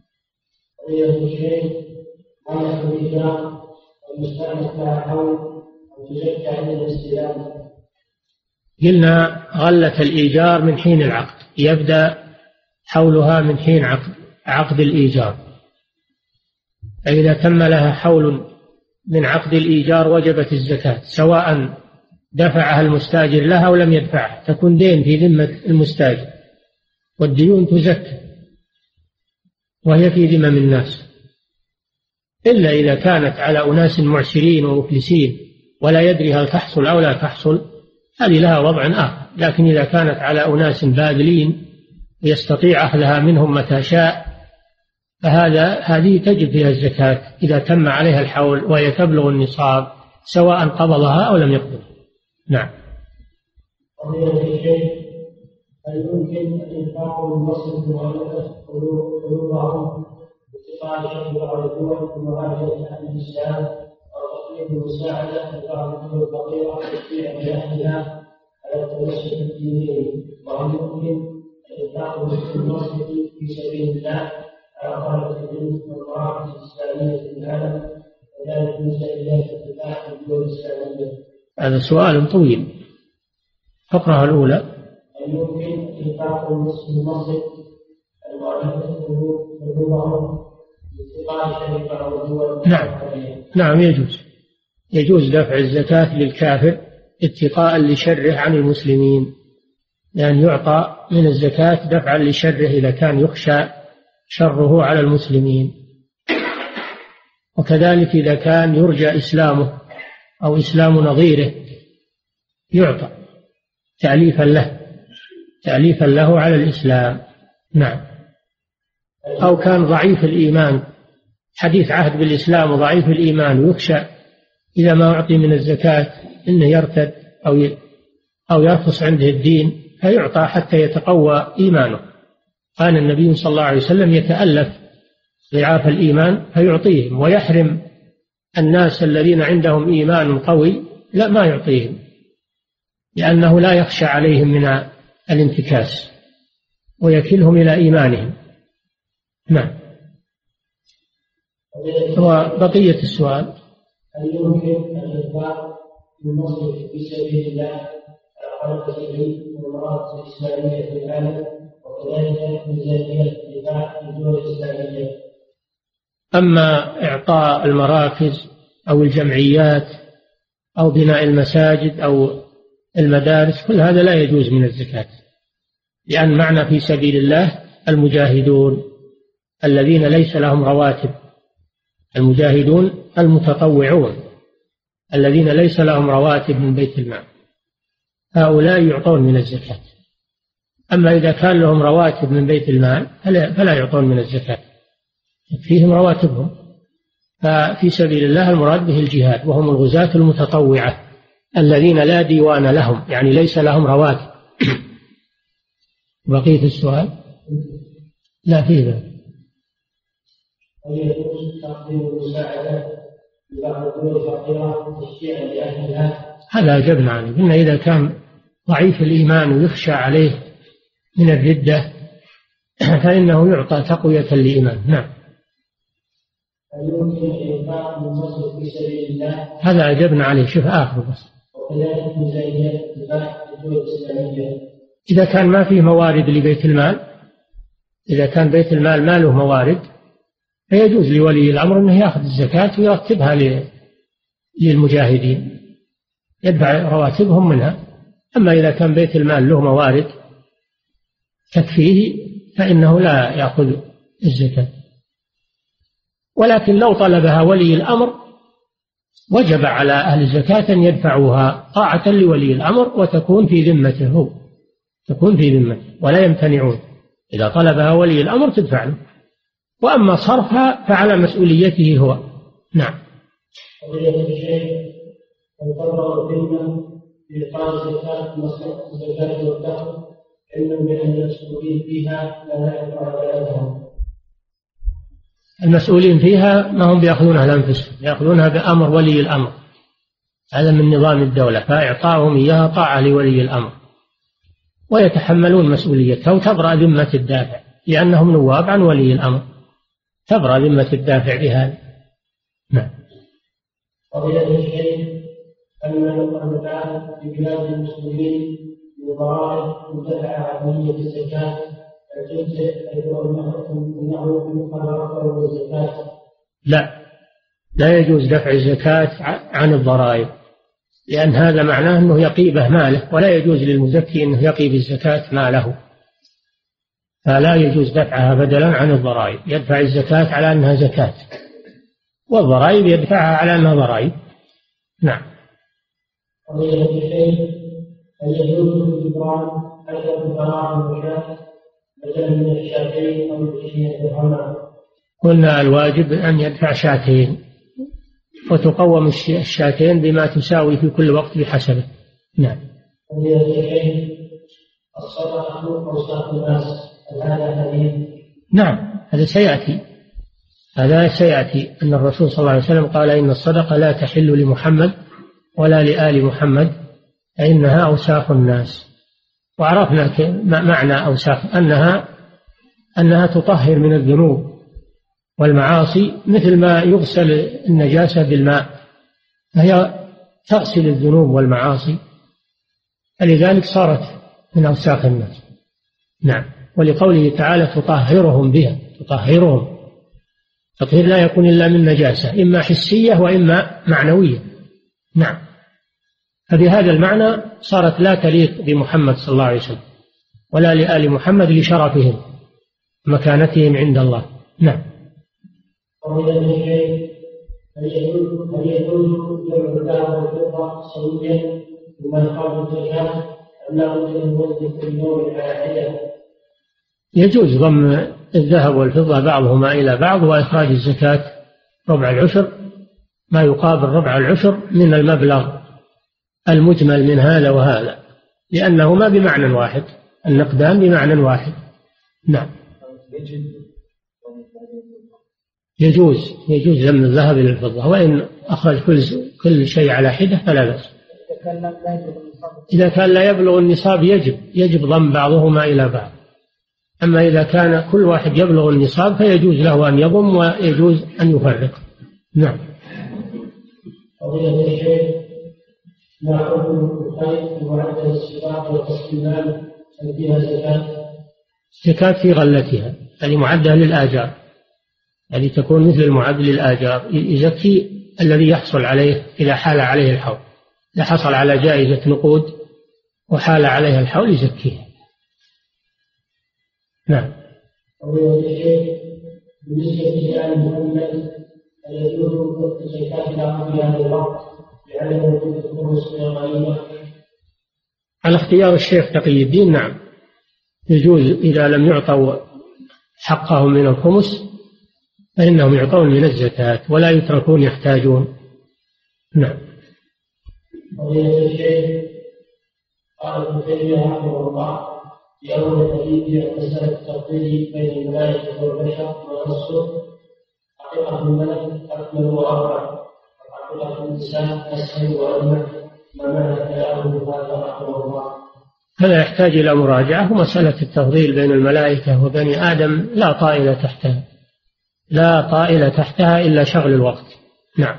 قلنا غلة الإيجار من حين العقد، يبدأ حولها من حين عقد عقد الإيجار. فإذا تم لها حول من عقد الإيجار وجبت الزكاة، سواء دفعها المستاجر لها أو لم يدفعها، تكون دين في ذمة المستاجر، والديون تزكى وهي في ذمم الناس، إلا إذا كانت على أناس معسرين ومفلسين ولا يدري هل تحصل أو لا تحصل، هذه لها وضع آخر. لكن إذا كانت على أناس باذلين يستطيع أخذها منهم متى شاء، فهذا هذه تجب فيها الزكاة إذا تم عليها الحول وهي تبلغ النصاب، سواء قبضها أو لم يقبضها. نعم. هل يمكن إنفاق المصرف المؤلفة قلوبهم باستقامة بعض الدول ومهاجرة أهل الإسلام وتقديم المساعدة لبعض الدول الفقيرة في أهلها على التمسك بدينهم؟ وهل يمكن إنفاق المصرف في سبيل الله على طلبة العلم والمراكز الإسلامية في العالم وذلك من سبيلات الفتاح في الدول الإسلامية؟ هذا سؤال طويل. فقرة الأولى: هل يمكن إنفاق المصرف المؤلفة قلوبهم باستقامة بعض الدول؟ نعم نعم يجوز يجوز دفع الزكاة للكافر اتقاء لشره عن المسلمين، لأن يعطى من الزكاة دفعا لشره إذا كان يخشى شره على المسلمين، وكذلك إذا كان يرجى إسلامه أو إسلام نظيره يعطى تأليفا له تأليفا له على الإسلام. نعم. أو كان ضعيف الإيمان، حديث عهد بالإسلام وضعيف الإيمان، ويخشى إذا ما أعطي من الزكاة إنه يرتد أو أو يرخص عنده الدين، فيعطى حتى يتقوى إيمانه. كان النبي صلى الله عليه وسلم يتألف ضعاف الإيمان فيعطيهم، ويحرم الناس الذين عندهم إيمان قوي لا ما يعطيهم، لأنه لا يخشى عليهم من الانتكاس ويكلهم إلى إيمانهم. نعم. وبقية السؤال: هل يمكن الإنفاق بالمصرف في سبيل الله على قدر سبيل والمراكز الإسلامية في العالم وكذلك ميزانية الدفاع في الدول الإسلامية؟ أما إعطاء المراكز أو الجمعيات أو بناء المساجد أو المدارس كل هذا لا يجوز من الزكاة، لأن معنى في سبيل الله المجاهدون الذين ليس لهم رواتب، المجاهدون المتطوعون الذين ليس لهم رواتب من بيت المال، هؤلاء يعطون من الزكاة. أما إذا كان لهم رواتب من بيت المال فلا يعطون من الزكاة، فيهم رواتبهم. ففي سبيل الله المراد به الجهاد، وهم الغزاة المتطوعة الذين لا ديوان لهم، يعني ليس لهم رواتب. بقية السؤال؟ لا فيه ذلك. هل يجوز تقديم المساعدة لبعض الدول الفقيرة تشجيعا لأهلها؟ هذا أجبنا عنه، إن إذا كان ضعيف الإيمان ويخشى عليه من الردة فإنه يعطى تقوية لإيمان. نعم. هل يمكن الإنفاق من مصر في سبيل الله؟ هذا أجبنا عليه، شوف آخر بس. وكذلك ميزانية الدفاع في الدول الإسلامية؟ إذا كان ما فيه موارد لبيت المال، إذا كان بيت المال ما له موارد فيجوز لولي الأمر أنه يأخذ الزكاة ويرتبها للمجاهدين، يدفع رواتبهم منها. أما إذا كان بيت المال له موارد تكفيه فإنه لا يأخذ الزكاة. ولكن لو طلبها ولي الأمر وجب على أهل الزكاة أن يدفعوها طاعة لولي الأمر وتكون في ذمته هو، تكون في ذمته ولا يمتنعون. إذا طلبها ولي الأمر تدفع له، وأما صرفها فعلى مسؤوليته هو. نعم. قضية الشيء الفضل الذمة لإخراج زكاة مصرف الزكاة والدخل علما بأن المسؤولين فيها لا يدفع زكاتهم. المسؤولين فيها ما هم بيأخذونها لأنفسهم، يأخذونها بأمر ولي الأمر، هذا من نظام الدولة، فإعطاهم إياها طاعة لولي الأمر ويتحملون مسؤوليتها وتبرأ ذمة الدافع لأنهم نواب عن ولي الأمر، تبرأ ذمة الدافع بهذا. نعم. قضية الشيء أن الآن في بلاد المسلمين بضرائب مدفعة عملية الزكاة الجزء أنه يقرر الزكاة؟ لا، لا يجوز دفع الزكاة عن الضرائب، لأن هذا معناه أنه يقيبه ماله، ولا يجوز للمزكي أنه يقيب الزكاة ماله، فلا يجوز دفعها بدلا عن الضرائب. يدفع الزكاة على أنها زكاة، والضرائب يدفعها على أنها ضرائب. نعم. قضية الشيء هل يجوز الإبرام حتى الفراغ والشاة بدلا من الشاتين أو العشرين درهما؟ قلنا الواجب أن يدفع شاتين، وتقوم الشاتين بما تساوي في كل وقت بحسبه. نعم. قضية الشيء الصدقة أوساط الناس، هذا حديث؟ نعم، هذا سيأتي، هذا سيأتي أن الرسول صلى الله عليه وسلم قال إن الصدقة لا تحل لمحمد ولا لآل محمد فإنها أوساخ الناس. وعرفنا معنى أوساخ، أنها أنها تطهر من الذنوب والمعاصي مثل ما يغسل النجاسة بالماء، فهي تغسل الذنوب والمعاصي، فلذلك صارت من أوساخ الناس. نعم. ولقوله تعالى تطهرهم بها، تطهرهم، تطهير لا يكون إلا من نجاسة إما حسية وإما معنوية. نعم. فبهذا المعنى صارت لا تليق بمحمد صلى الله عليه وسلم ولا لآل محمد لشرفهم مكانتهم عند الله. نعم. قضية الشيء هل يجوز هل يجوز جمع الذهب والفضة سويا بما يقابل الزكاة أم لا بد من وزن كل نوع على حدة؟ يجوز ضم الذهب والفضة بعضهما إلى بعض وإخراج الزكاة ربع العشر، ما يقابل ربع العشر من المبلغ المجمل من هذا وهذا، لأنهما بمعنى واحد، النقدان بمعنى واحد. نعم. يجوز يجوز ضم الذهب إلى الفضة، وإن أخرج كل كل شيء على حدة فلا بأس. إذا كان لا يبلغ النصاب يجب يجب ضم بعضهما إلى بعض. أما إذا كان كل واحد يبلغ النصاب فيجوز له أن يضم ويجوز أن يفرق. نعم. فضيلة الشيخ، ما حكم الخير وعدد الصفات والتسليمات فيها زكاة؟ زكاة في غلتها، هذه معدة للآجار، هذه تكون مثل المعد للآجار، يزكي الذي يحصل عليه إذا حال عليه الحول، إذا حصل على جائزة نقود وحال عليها الحول يزكيها. نعم. بالنسبة لآل محمد هل يجوز زكاة العقل في هذا الوقت لعدم وجود الخمس من الغنيمة؟ على اختيار الشيخ تقي الدين نعم، يجوز إذا لم يعطوا حقهم من الخمس فإنهم يعطون من الزكاة ولا يتركون يحتاجون. نعم. فضيلة الشيخ، قال ابن تيمية رحمه الله في أول تأليفه عن مسألة التفضيل بين الملائكة والبشر ونصه: حقيقة الملك أكمل وأرفع، وحقيقة الإنسان أسهل وأجمع، ما معنى كلامه هذا رحمه الله؟ هذا يحتاج إلى مراجعة، ومسألة التفضيل بين الملائكة وبني آدم لا طائل تحتها، لا طائل تحتها إلا شغل الوقت. نعم.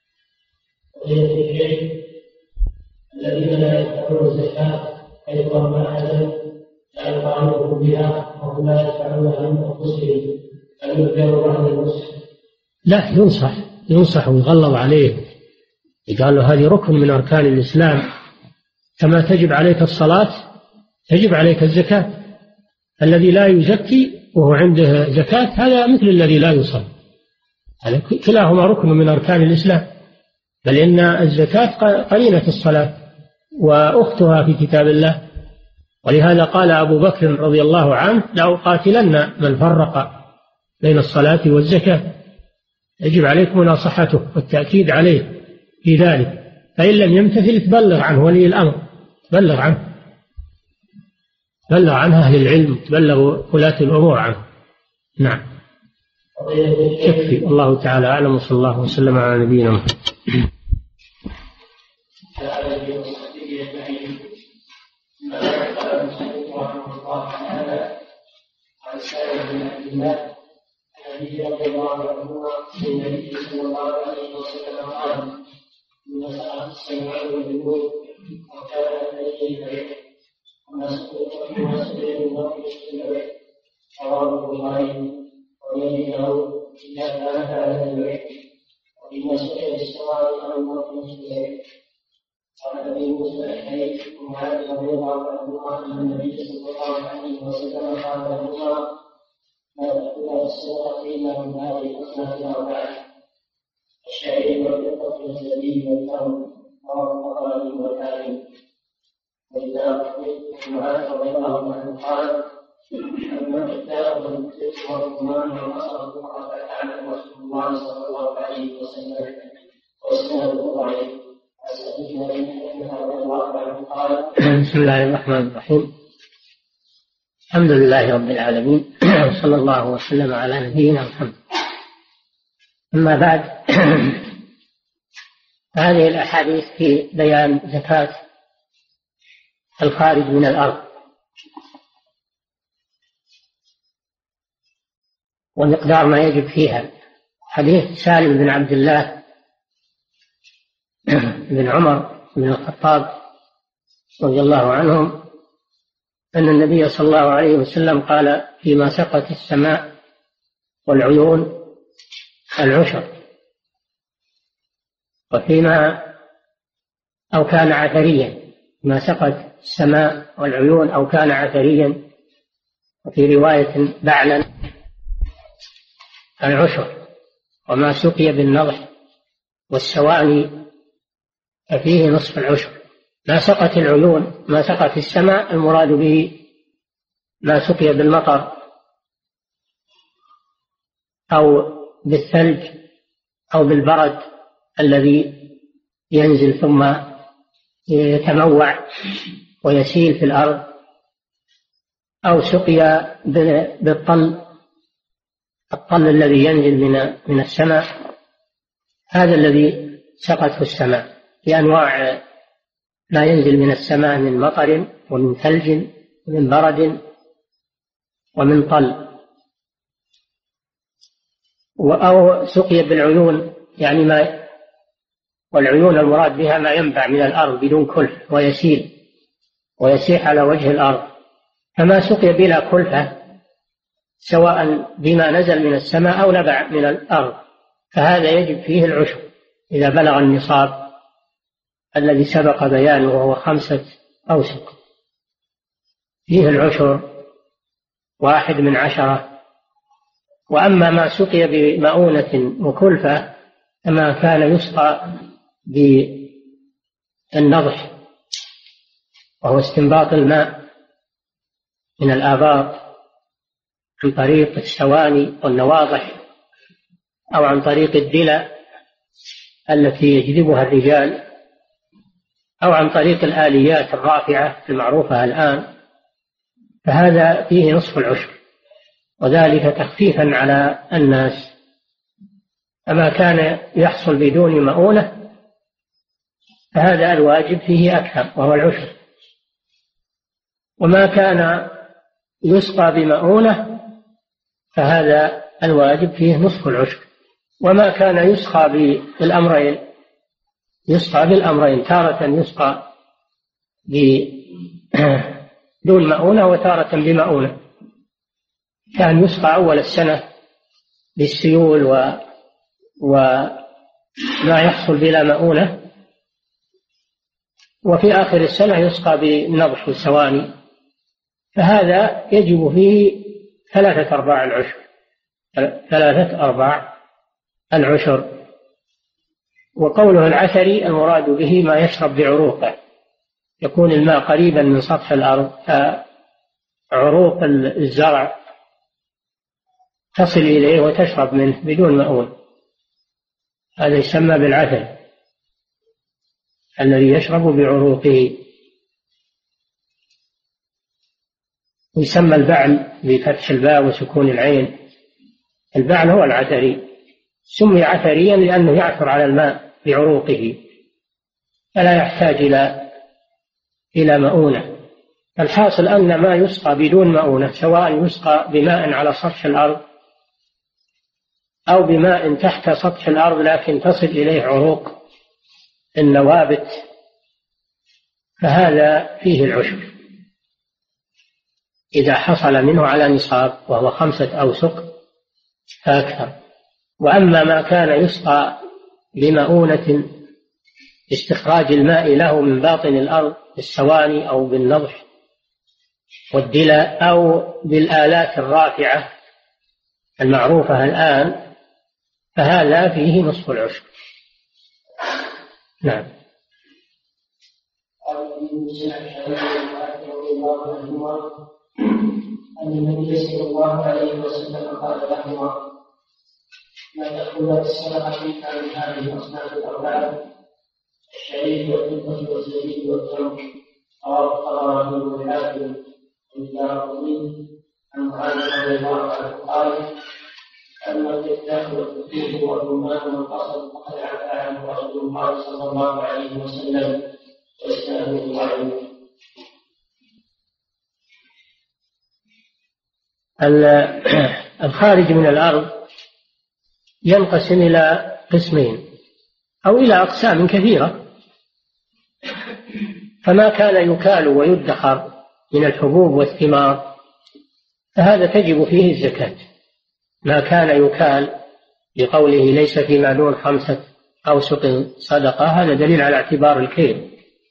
الذين لا يدفعون الزكاة حيث ما أحدا لا يطالبهم بها وهم لا يدفعونها من أنفسهم، هل يذكروا عن المسلم؟ لا، ينصح ينصح ويغلظ عليه، قال له هذه ركن من أركان الإسلام، كما تجب عليك الصلاة تجب عليك الزكاة. الذي لا يزكي وهو عنده زكاة هذا مثل الذي لا يصلي، كلاهما ركن من أركان الإسلام، بل إن الزكاة قرينة الصلاة وأختها في كتاب الله. ولهذا قال أبو بكر رضي الله عنه: لأقاتلن من فرق بين الصلاة والزكاة. يجب عليكم مناصحته والتأكيد عليه في ذلك، فإن لم يمتثل تبلغ عنه ولي الأمر، تبلغ عنه تبلغ عنه أهل العلم، تبلغ ولاة الأمور عنه. نعم. يكفي. الله تعالى أعلم، وصلى الله وسلم على نبينا محمد. النبي رضي الله عنه النبي صلى الله عليه وسلم قال: من سأل السماء والنور وكان الذي يدعي وما سئل الله يشتري رواه البخاري وغيره إذا كان هذا العلم وإن سئل السماء عن الله يشتري. قال النبي موسى الحديث ومعاذ رضي الله عنه أن النبي صلى الله عليه وسلم قال له: لا تأكل الصدقة إلا من هذه الأصناف الأربعة: الشعير والفضة والزبيب والثوم والقرآن والكامل. وإذا أخبرت معاذ رضي الله عنه قال: أما الكتاب والمسك والرمان والبصر وقد كان رسول الله صلى الله عليه وسلم وإسناده ضعيف. بسم الله الرحمن الرحيم. الحمد لله رب العالمين، صلى الله وسلم على نبينا محمد. أما بعد، هذه الأحاديث في بيان زكاة الخارج من الأرض ومقدار ما يجب فيها. حديث سالم بن عبد الله بن عمر بن الخطاب رضي الله عنهم أن النبي صلى الله عليه وسلم قال: فيما سقت السماء والعيون العشر، وفيما أو كان عثريا، ما سقت السماء والعيون أو كان عثريا، وفي رواية بعلا العشر، وما سقي بالنضح والسواني ففيه نصف العشر. ما سقت العيون ما سقت السماء المراد به ما سقي بالمطر أو بالثلج أو بالبرد الذي ينزل ثم يتموع ويسيل في الأرض، أو سقي بالطل الطل الذي ينزل من من السماء هذا الذي سقته السماء بأنواع ما ينزل من السماء من مطر ومن ثلج ومن برد ومن طل، أو سقي بالعيون، يعني ما والعيون المراد بها ما ينبع من الأرض بدون كلف ويسيل ويسيح على وجه الأرض. فما سقي بلا كلفة سواء بما نزل من السماء أو نبع من الأرض فهذا يجب فيه العشر إذا بلغ النصاب الذي سبق بيانه وهو خمسة أوسق، فيه العشر واحد من عشرة. وأما ما سقي بمؤونة وكلفة كما كان يسقى بالنضح وهو استنباط الماء من الآبار عن طريق السواني والنواضح أو عن طريق الدلة التي يجذبها الرجال أو عن طريق الآليات الرافعة المعروفة الآن، فهذا فيه نصف العشر، وذلك تخفيفا على الناس. أما كان يحصل بدون مؤونة فهذا الواجب فيه أكثر وهو العشر. وما كان يسقى بمؤونة فهذا الواجب فيه نصف العشر. وما كان يسقى بالأمرين يسقى بالأمرين تارة يسقى بدون مؤونة وتارة بمؤونة. كان يسقى أول السنة بالسيول و... وما يحصل بلا مؤونة، وفي آخر السنة يسقى بالنضح والسواني، فهذا يجب فيه ثلاثة أرباع العشر ثلاثة أرباع العشر. وقوله العثري المراد به ما يشرب بعروقه، يكون الماء قريبا من سطح الأرض عروق الزرع تصل إليه وتشرب منه بدون مؤون، هذا يسمى بالعثر الذي يشرب بعروقه. ويسمى البعل بفتح الباء وسكون العين، البعل هو العثري، سمي عثريا لأنه يعثر على الماء بعروقه فلا يحتاج إلى إلى مؤونة. الحاصل أن ما يسقى بدون مؤونة سواء يسقى بماء على سطح الأرض أو بماء تحت سطح الأرض لكن تصل إليه عروق النوابت فهذا فيه العشر إذا حصل منه على نصاب وهو خمسة أوسق فأكثر. وأما ما كان يسقى بمؤونة استخراج الماء له من باطن الأرض بالسواني أو بالنضح والدلة أو بالآلات الرافعة المعروفة الآن فهذا فيه نصف العشر. نعم. أن النبي صلى الله عليه وسلم قال لهما: لا تأخذ الصدقة منك من هذه الأصناف الأربعة الشعير والفضة والزبيب والتمر. رواه الطبراني والحاكم والدارقطني عن معاذ رضي الله عنه قال: أما الإفتاح والتفسير والرمان والقصد فقد عفا عنه رسول الله صلى الله عليه وسلم وإسناده ضعيف. الخارج من الأرض ينقسم إلى قسمين أو إلى أقسام كثيرة. فما كان يكال ويدخر من الحبوب والثمار فهذا تجب فيه الزكاة. ما كان يكال بقوله ليس فيما دون خمسة أوسق صدقة هذا دليل على اعتبار الكيل.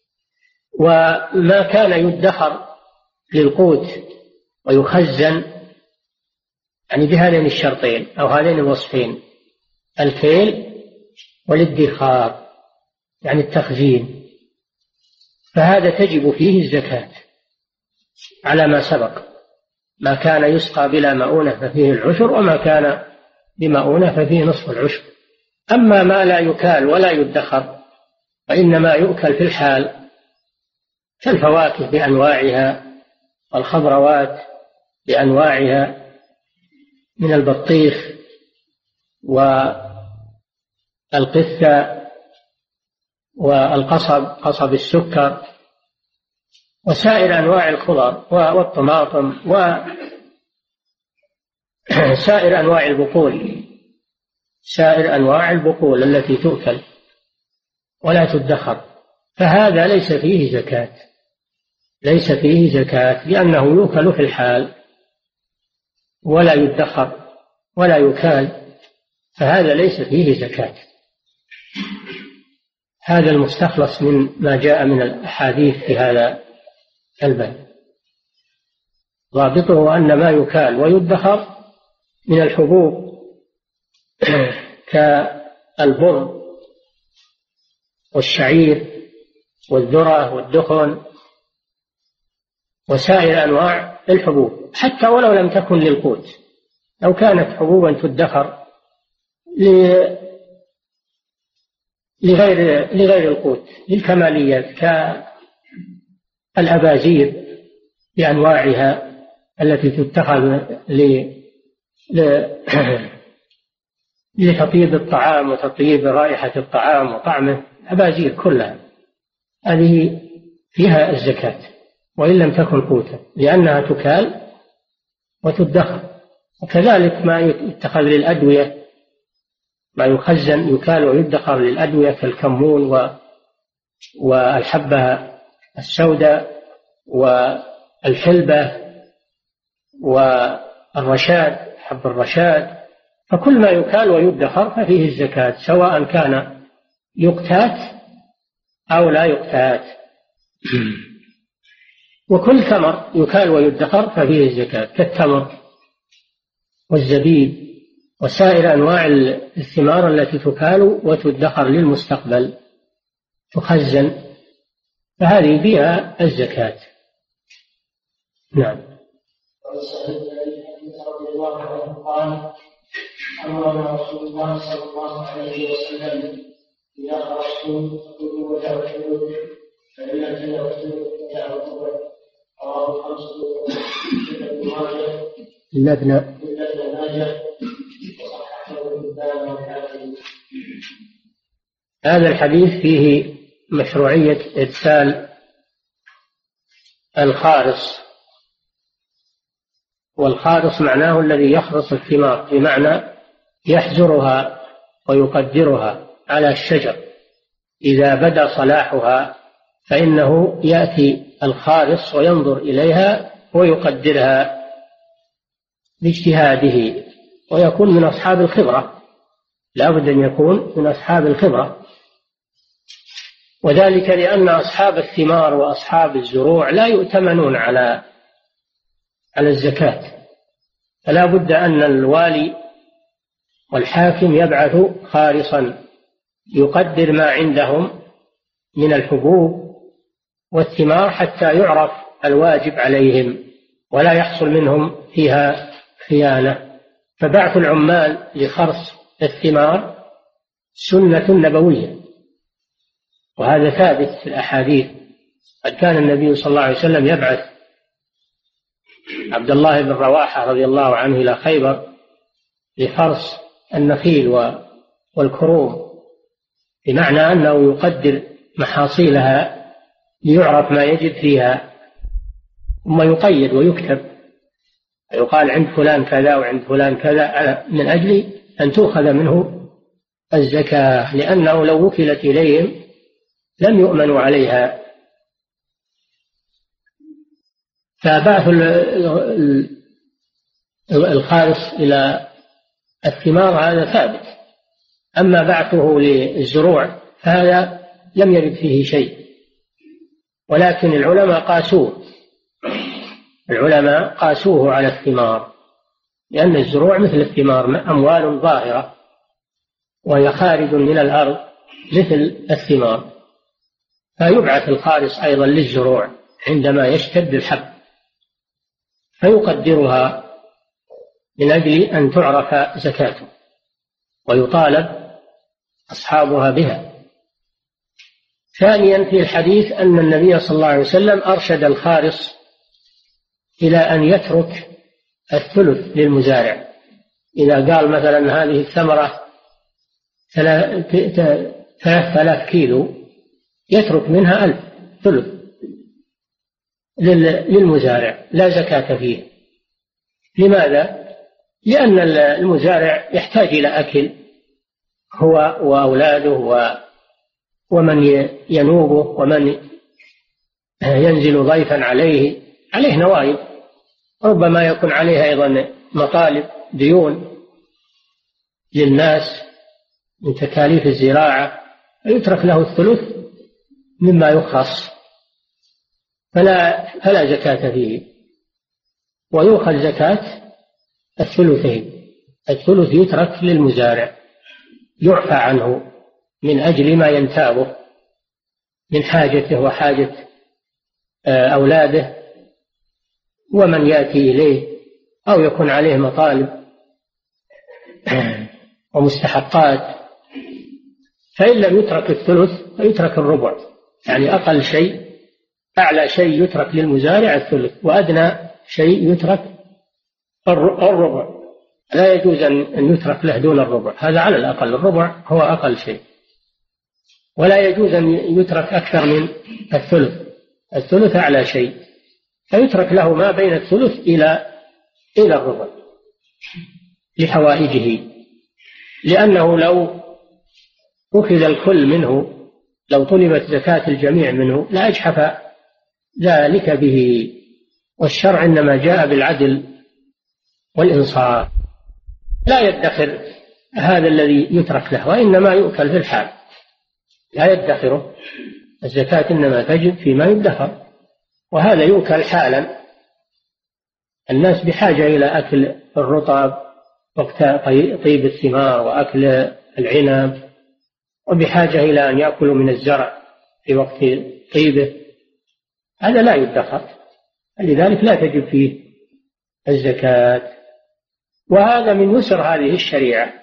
وما كان يدخر للقوت ويخزن يعني بهذين الشرطين أو هذين الوصفين الكيل والادخار يعني التخزين فهذا تجب فيه الزكاة على ما سبق. ما كان يسقى بلا مؤونة ففيه العشر وما كان بمؤونة ففيه نصف العشر. أما ما لا يكال ولا يدخر فإنما يؤكل في الحال كالفواكه بأنواعها والخضروات بأنواعها من البطيخ والقثة والقصب، قصب السكر، وسائر أنواع الخضر والطماطم وسائر أنواع البقول، سائر أنواع البقول التي تؤكل ولا تدخر، فهذا ليس فيه زكاة، ليس فيه زكاة لأنه يؤكل في الحال ولا يدخر ولا يكال، فهذا ليس فيه زكاة. هذا المستخلص من ما جاء من الأحاديث في هذا الباب. ضابطه أن ما يكال ويدخر من الحبوب كالبر والشعير والذرة والدخن وسائر أنواع الحبوب، حتى ولو لم تكن للقوت، لو كانت حبوبا تدخر لغير لغير القوت، للكماليات كالأبازير بأنواعها التي تتخذ لتطيب الطعام وتطيب رائحة الطعام وطعمه، أبازير كلها هذه فيها الزكاة وإن لم تكن قوتا، لأنها تكال وتدخر. وكذلك ما يتخذ للأدوية، ما يخزن يكال ويدخر للأدوية كالكمون والحبة السوداء والحلبة والرشاد، حب الرشاد، فكل ما يكال ويدخر ففيه الزكاة، سواء كان يقتات أو لا يقتات. وكل ثمر يكال ويدخر ففيه الزكاة، كالتمر والزبيب وسائر أنواع الثمار التي تكال وتدخر للمستقبل، تخزن، فهذه فيها الزكاة. نعم. قال أمرنا رسول الله صلى الله عليه وسلم إذا خرجتم فكلوا وتأكلوا فإن لم تأكلوا فتعبدوا. رواه الخمسة ابن ماجه إلا ابن ماجه وصححه الألباني والحاكم. هذا الحديث فيه مشروعية إرسال الخارص، والخارص معناه الذي يخرص الثمار، بمعنى يحزرها ويقدرها على الشجر، إذا بدا صلاحها فإنه يأتي الخارص وينظر إليها ويقدرها باجتهاده، ويكون من أصحاب الخبرة، لا بد أن يكون من أصحاب الخبرة، وذلك لأن أصحاب الثمار وأصحاب الزروع لا يؤتمنون على على الزكاة، فلا بد أن الوالي والحاكم يبعث خارصا يقدر ما عندهم من الحبوب والثمار حتى يعرف الواجب عليهم ولا يحصل منهم فيها خيانة. فبعث العمال لخرص الثمار سنة نبوية، وهذا ثابت في الأحاديث. قد كان النبي صلى الله عليه وسلم يبعث عبد الله بن رواحة رضي الله عنه إلى خيبر لخرص النخيل والكروم، بمعنى أنه يقدر محاصيلها ليعرف ما يجب فيها، ثم يقيد ويكتب، يقال عند فلان كذا وعند فلان كذا، من أجل أن تؤخذ منه الزكاة، لأنه لو وكلت إليهم لم يؤمنوا عليها. فبعث الخارص إلى الثمار هذا ثابت، أما بعثه للزروع فهذا لم يرد فيه شيء، ولكن العلماء قاسوه العلماء قاسوه على الثمار، لأن الزروع مثل الثمار أموال ظاهرة وهي خارج من الأرض مثل الثمار، فيبعث الخارص أيضا للزروع عندما يشتد الحب فيقدرها من أجل أن تعرف زكاته ويطالب أصحابها بها. ثانيا في الحديث أن النبي صلى الله عليه وسلم أرشد الخارص إلى أن يترك الثلث للمزارع، إذا قال مثلا هذه الثمرة ثلاثة آلاف كيلو يترك منها ألف ثلث للمزارع لا زكاة فيه. لماذا؟ لأن المزارع يحتاج إلى أكل هو وأولاده ومن ينوبه ومن ينزل ضيفا عليه عليه نوائب، ربما يكون عليه أيضا مطالب ديون للناس من تكاليف الزراعة، فيترك له الثلث مما يخص فلا, فلا زكاة فيه، ويؤخذ زكاة الثلثين. الثلث يترك للمزارع يعفى عنه من أجل ما ينتابه من حاجته وحاجة أولاده ومن يأتي إليه أو يكون عليه مطالب ومستحقات. فإن لم يترك الثلث فيترك الربع، يعني أقل شيء أعلى شيء يترك للمزارع الثلث، وأدنى شيء يترك الربع. لا يجوز أن يترك له دون الربع، هذا على الأقل، الربع هو أقل شيء. ولا يجوز أن يترك أكثر من الثلث، الثلث أعلى شيء، فيترك له ما بين الثلث إلى إلى الربع لحوائجه، لأنه لو أخذ الكل منه، لو طلبت زكاة الجميع منه لأجحف ذلك به. والشرع إنما جاء بالعدل والإنصاف، لا يدخر هذا الذي يترك له، وإنما يؤكل في الحال، لا يدخره. الزكاة إنما تجب فيما يدخر، وهذا يؤكل حالا. الناس بحاجة إلى أكل الرطب وقت طيب الثمار وأكل العنب، وبحاجة إلى أن يأكلوا من الزرع في وقت طيبه، هذا لا يدخر، لذلك لا تجب فيه الزكاة. وهذا من يسر هذه الشريعة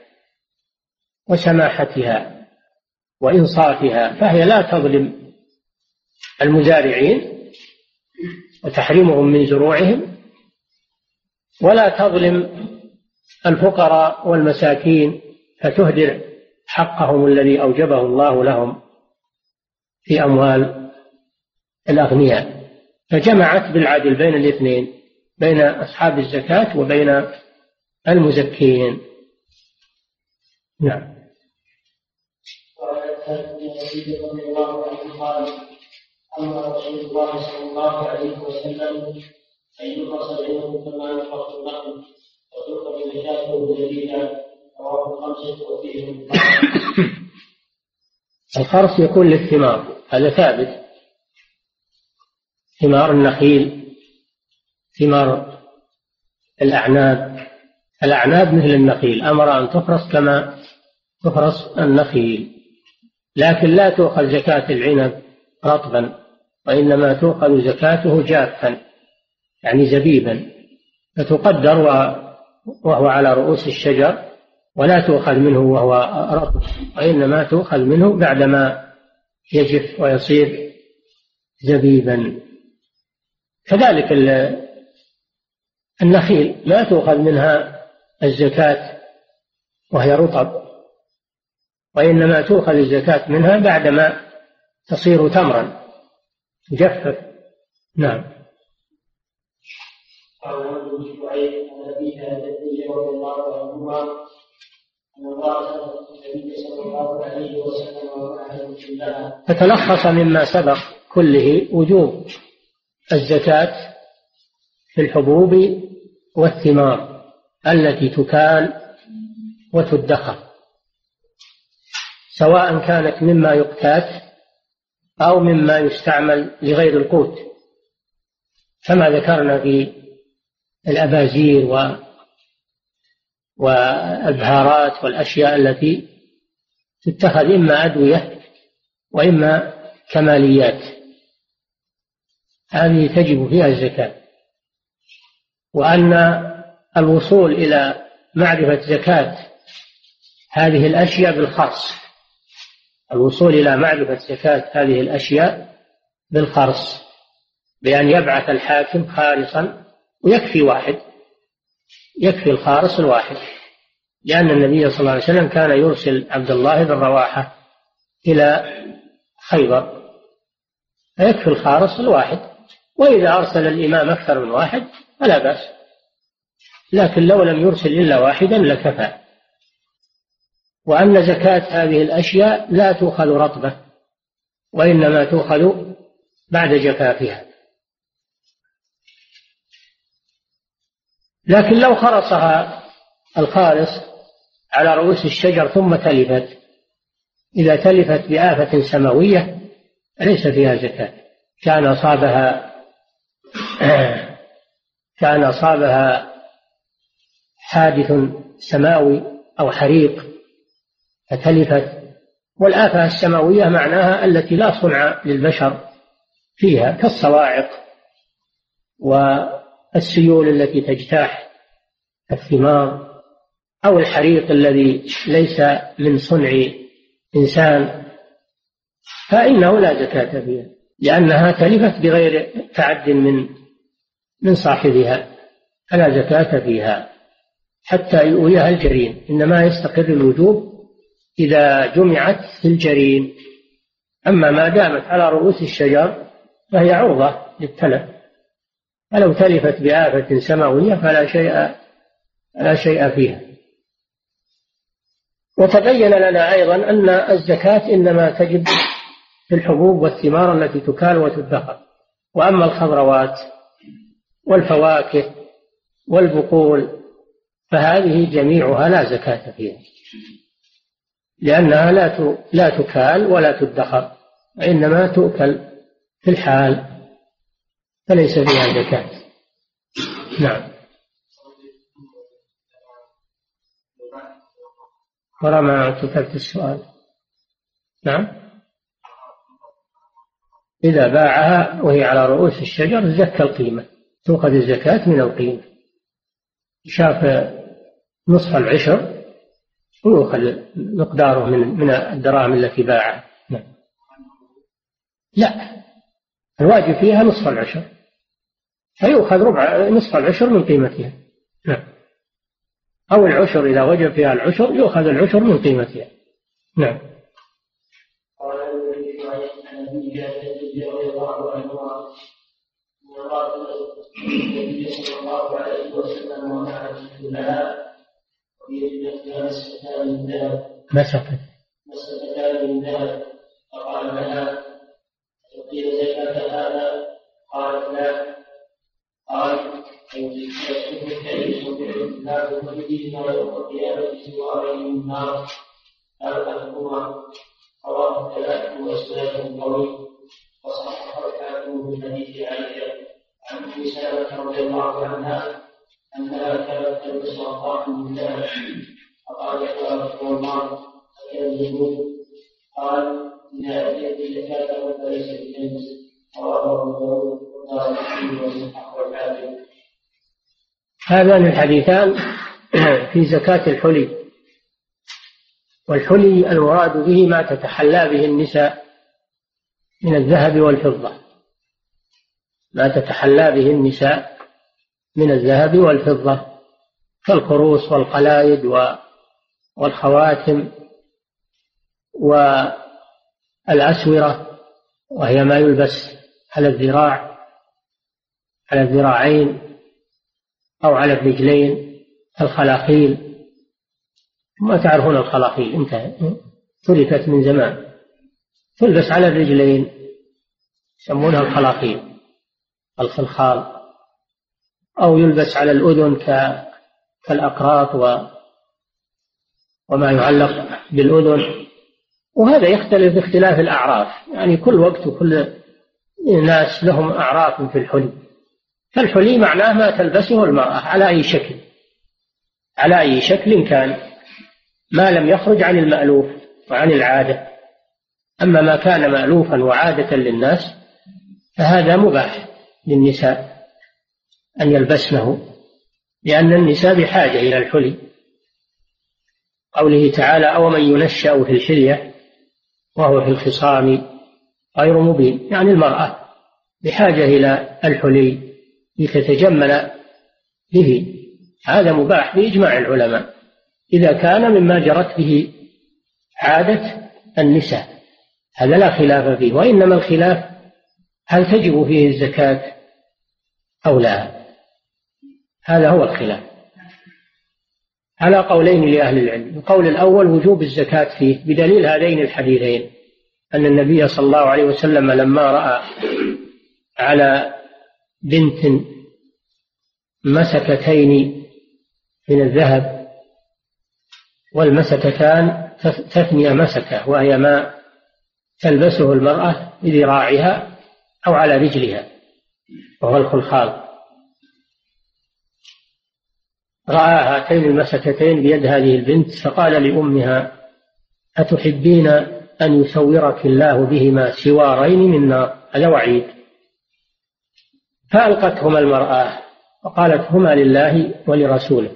وسماحتها وإنصافها، فهي لا تظلم المزارعين وتحرمهم من زروعهم، ولا تظلم الفقراء والمساكين فتهدر حقهم الذي أوجبه الله لهم في أموال الأغنياء. فجمعت بالعدل بين الاثنين، بين أصحاب الزكاة وبين المزكين. نعم. رضي الله عنه قال: أمر رسول الله صلى الله عليه وسلم أن يقص بينهم كما يقص النقل وتؤخذ زكاته جديدا، رواه الخمسة وفيهم. الخرص يكون للثمار، هذا ثابت، ثمار النخيل، ثمار الأعناب. الأعناب مثل النخيل أمر أن تخرص كما تخرص النخيل، لكن لا تؤخذ زكاة العنب رطبا، وإنما تؤخذ زكاته جافا يعني زبيبا، فتقدر وهو على رؤوس الشجر، ولا تؤخذ منه وهو رطب، وإنما تؤخذ منه بعدما يجف ويصير زبيبا. كذلك النخيل لا تؤخذ منها الزكاة وهي رطب، وإنما تؤخذ الزكاة منها بعدما تصير تمرا تجفف. نعم. قال ابن شعيب عن أبيها التي رضي الله عنهما أن الله النبي صلى الله عليه وسلم وأهله كلها. فتلخص مما سبق كله وجوب الزكاة في الحبوب والثمار التي تكال وتدخر، سواء كانت مما يقتات أو مما يستعمل لغير القوت، كما ذكرنا في الأبازير والبهارات والأشياء التي تتخذ إما أدوية وإما كماليات، هذه تجب فيها الزكاة. وأن الوصول إلى معرفة زكاة هذه الأشياء بالخرص، الوصول إلى معرفة زكاة هذه الأشياء بالخرص، بأن يبعث الحاكم خارصا، ويكفي واحد، يكفي الخارص الواحد لأن النبي صلى الله عليه وسلم كان يرسل عبد الله بن رواحة إلى خيبر فيكفي الخارص الواحد، وإذا أرسل الإمام أكثر من واحد فلا بأس، لكن لو لم يرسل إلا واحدا لكفى. وأن زكاة هذه الأشياء لا تؤخذ رطبة، وإنما تؤخذ بعد جفافها. لكن لو خرصها الخالص على رؤوس الشجر ثم تلفت، إذا تلفت بآفة سماوية ليس فيها زكاة، كان أصابها كان أصابها حادث سماوي أو حريق فتلفت. والآفة السماوية معناها التي لا صنع للبشر فيها، كالصواعق والسيول التي تجتاح الثمار، أو الحريق الذي ليس من صنع إنسان، فإنه لا زكاة فيها، لأنها تلفت بغير تعد من من صاحبها، فلا زكاة فيها حتى يؤويها الجرين، إنما يستقر الوجوب إذا جمعت في الجرين. أما ما دامت على رؤوس الشجر فهي عرضة للتلف، فلو تلفت بآفة سماوية فلا شيء لا شيء فيها. وتبين لنا أيضا أن الزكاة إنما تجب في الحبوب والثمار التي تكال وتدخر، وأما الخضروات والفواكه والبقول فهذه جميعها لا زكاة فيها، لأنها لا لا تكال ولا تدخر، وإنما تؤكل في الحال، فليس فيها زكاة. نعم. ورا ما كتبت السؤال. نعم. إذا باعها وهي على رؤوس الشجر زكى القيمة، تؤخذ الزكاة من القيمة. شاف نصف العشر ويؤخذ مقداره من من الدراهم التي باعها. نعم. لا، الواجب فيها نصف العشر، فيؤخذ ربع نصف العشر من قيمتها. نعم. أو العشر، إذا وجب فيها العشر يؤخذ العشر من قيمتها. نعم. قال النبي رضي الله عنه النبي صلى الله عليه وسلم وكان لها ويجب مسكتان من ذهب مسكت مسكتان من ذهب، فقال لها تقيل زكاة هذا؟ قالت لا. قال يشبه كيس لا تفيد ما يؤخذ بأبده وعليه النار. قال أحدهما رواه الثلاثة وإسناده قوي، وصححه الحاكم من حديث عائشة عن أم سلمة رضي الله عنها أنها كانت تلبس أطراف من ذهب، فقالت يا رسول الله أكذبون؟ قال إذا أتيت زكاته فليس بكنز. رواه أبو داود والدارمي وصححه الحاكم. هذان الحديثان في زكاة الحلي. والحلي المراد به ما تتحلى به النساء من الذهب والفضة، ما تتحلى به النساء من الذهب والفضة كالقروص والقلائد والخواتم والأسورة، وهي ما يلبس على الذراع على الذراعين أو على الرجلين، الخلاخيل. ما تعرفون الخلاخيل، انتهى، تركت من زمان، تلبس على الرجلين يسمونها الخلاخيل، الخلخال، أو يلبس على الأذن كالأقراط وما يعلق بالأذن. وهذا يختلف باختلاف الأعراف، يعني كل وقت وكل ناس لهم أعراف في الحلي. فالحلي معناه ما تلبسه المرأة على أي شكل على أي شكل كان، ما لم يخرج عن المألوف وعن العادة. أما ما كان مألوفا وعادة للناس فهذا مباح للنساء أن يلبسنه، لأن النساء بحاجة إلى الحلي. قوله تعالى أو من ينشأ في الحلية وهو في الخصام غير مبين، يعني المرأة بحاجة إلى الحلي لتتجمل به، هذا مباح بإجماع العلماء. إذا كان مما جرت به عادة النساء، هذا لا خلاف فيه، وإنما الخلاف هل تجب فيه الزكاة أو لا، هذا هو الخلاف على قولين لأهل العلم. القول الأول وجوب الزكاة فيه بدليل هذين الحديثين، أن النبي صلى الله عليه وسلم لما رأى على بنت مسكتين من الذهب، والمسكتان تثني مسكة، وهي ما تلبسه المرأة بذراعها أو على رجلها، وهو الخلخال، رأى هاتين المسكتين بيد هذه البنت فقال لأمها: أتحبين أن يسورك الله بهما سوارين من نار؟ هذا وعيد. فألقتهما المرأة وقالت: هما لله ولرسوله.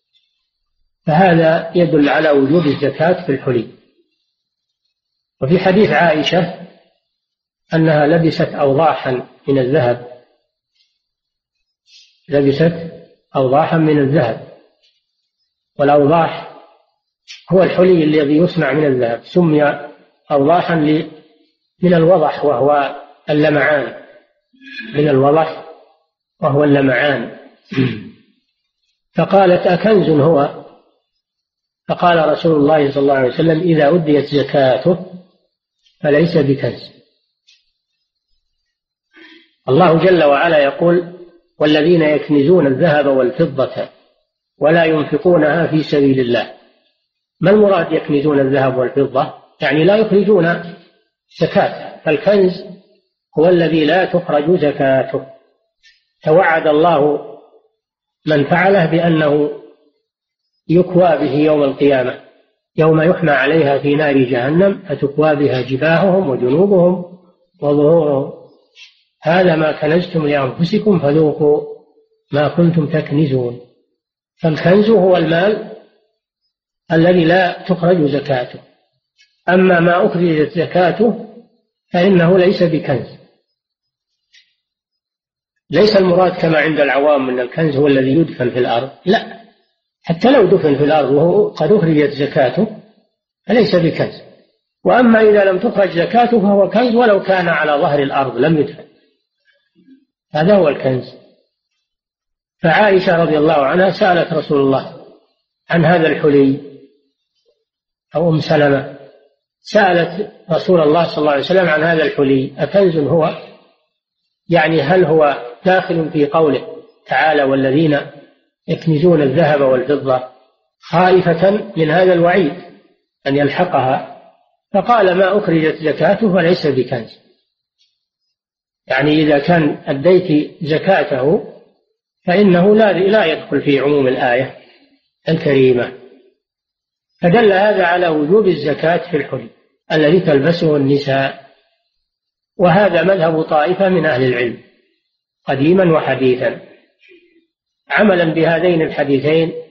فهذا يدل على وجوب الزكاة في الحلي. وفي حديث عائشة أنها لبست أوضاحا من الذهب، لبست أوضاحا من الذهب، والأوضاح هو الحلي الذي يصنع من الذهب، سمي أوضاحا من الوضح وهو اللمعان، من الوضح وهو اللمعان. فقالت: أكنز هو؟ فقال رسول الله صلى الله عليه وسلم: إذا أديت زكاته فليس بكنز. الله جل وعلا يقول: والذين يكنزون الذهب والفضة ولا ينفقونها في سبيل الله. ما المراد يكنزون الذهب والفضة؟ يعني لا يخرجون زكاة. فالكنز هو الذي لا تخرج زكاته. توعد الله من فعله بأنه يكوى به يوم القيامة، يوم يحمى عليها في نار جهنم فتكوى بها جباههم وجنوبهم وظهورهم، هذا ما كنزتم لأنفسكم فذوقوا ما كنتم تكنزون. فالكنز هو المال الذي لا تخرج زكاته. أما ما أخرجت زكاته فإنه ليس بكنز. ليس المراد كما عند العوام أن الكنز هو الذي يدفن في الأرض، لا، حتى لو دفن في الأرض وهو قد أخرجت زكاته فليس بكنز. وأما إذا لم تخرج زكاته فهو كنز ولو كان على ظهر الأرض لم يدفن، هذا هو الكنز. فعائشة رضي الله عنها سألت رسول الله عن هذا الحلي، أو أم سلمة سألت رسول الله صلى الله عليه وسلم عن هذا الحلي أكنز هو؟ يعني هل هو داخل في قوله تعالى: والذين يكنزون الذهب والفضة، خائفة من هذا الوعيد أن يلحقها، فقال: ما أخرجت زكاته فليس بكنز. يعني إذا كان أديت زكاته فإنه لا لا يدخل في عموم الآية الكريمة. فدل هذا على وجوب الزكاة في الحلي الذي تلبسه النساء، وهذا مذهب طائفة من أهل العلم قديما وحديثا، عملا بهذين الحديثين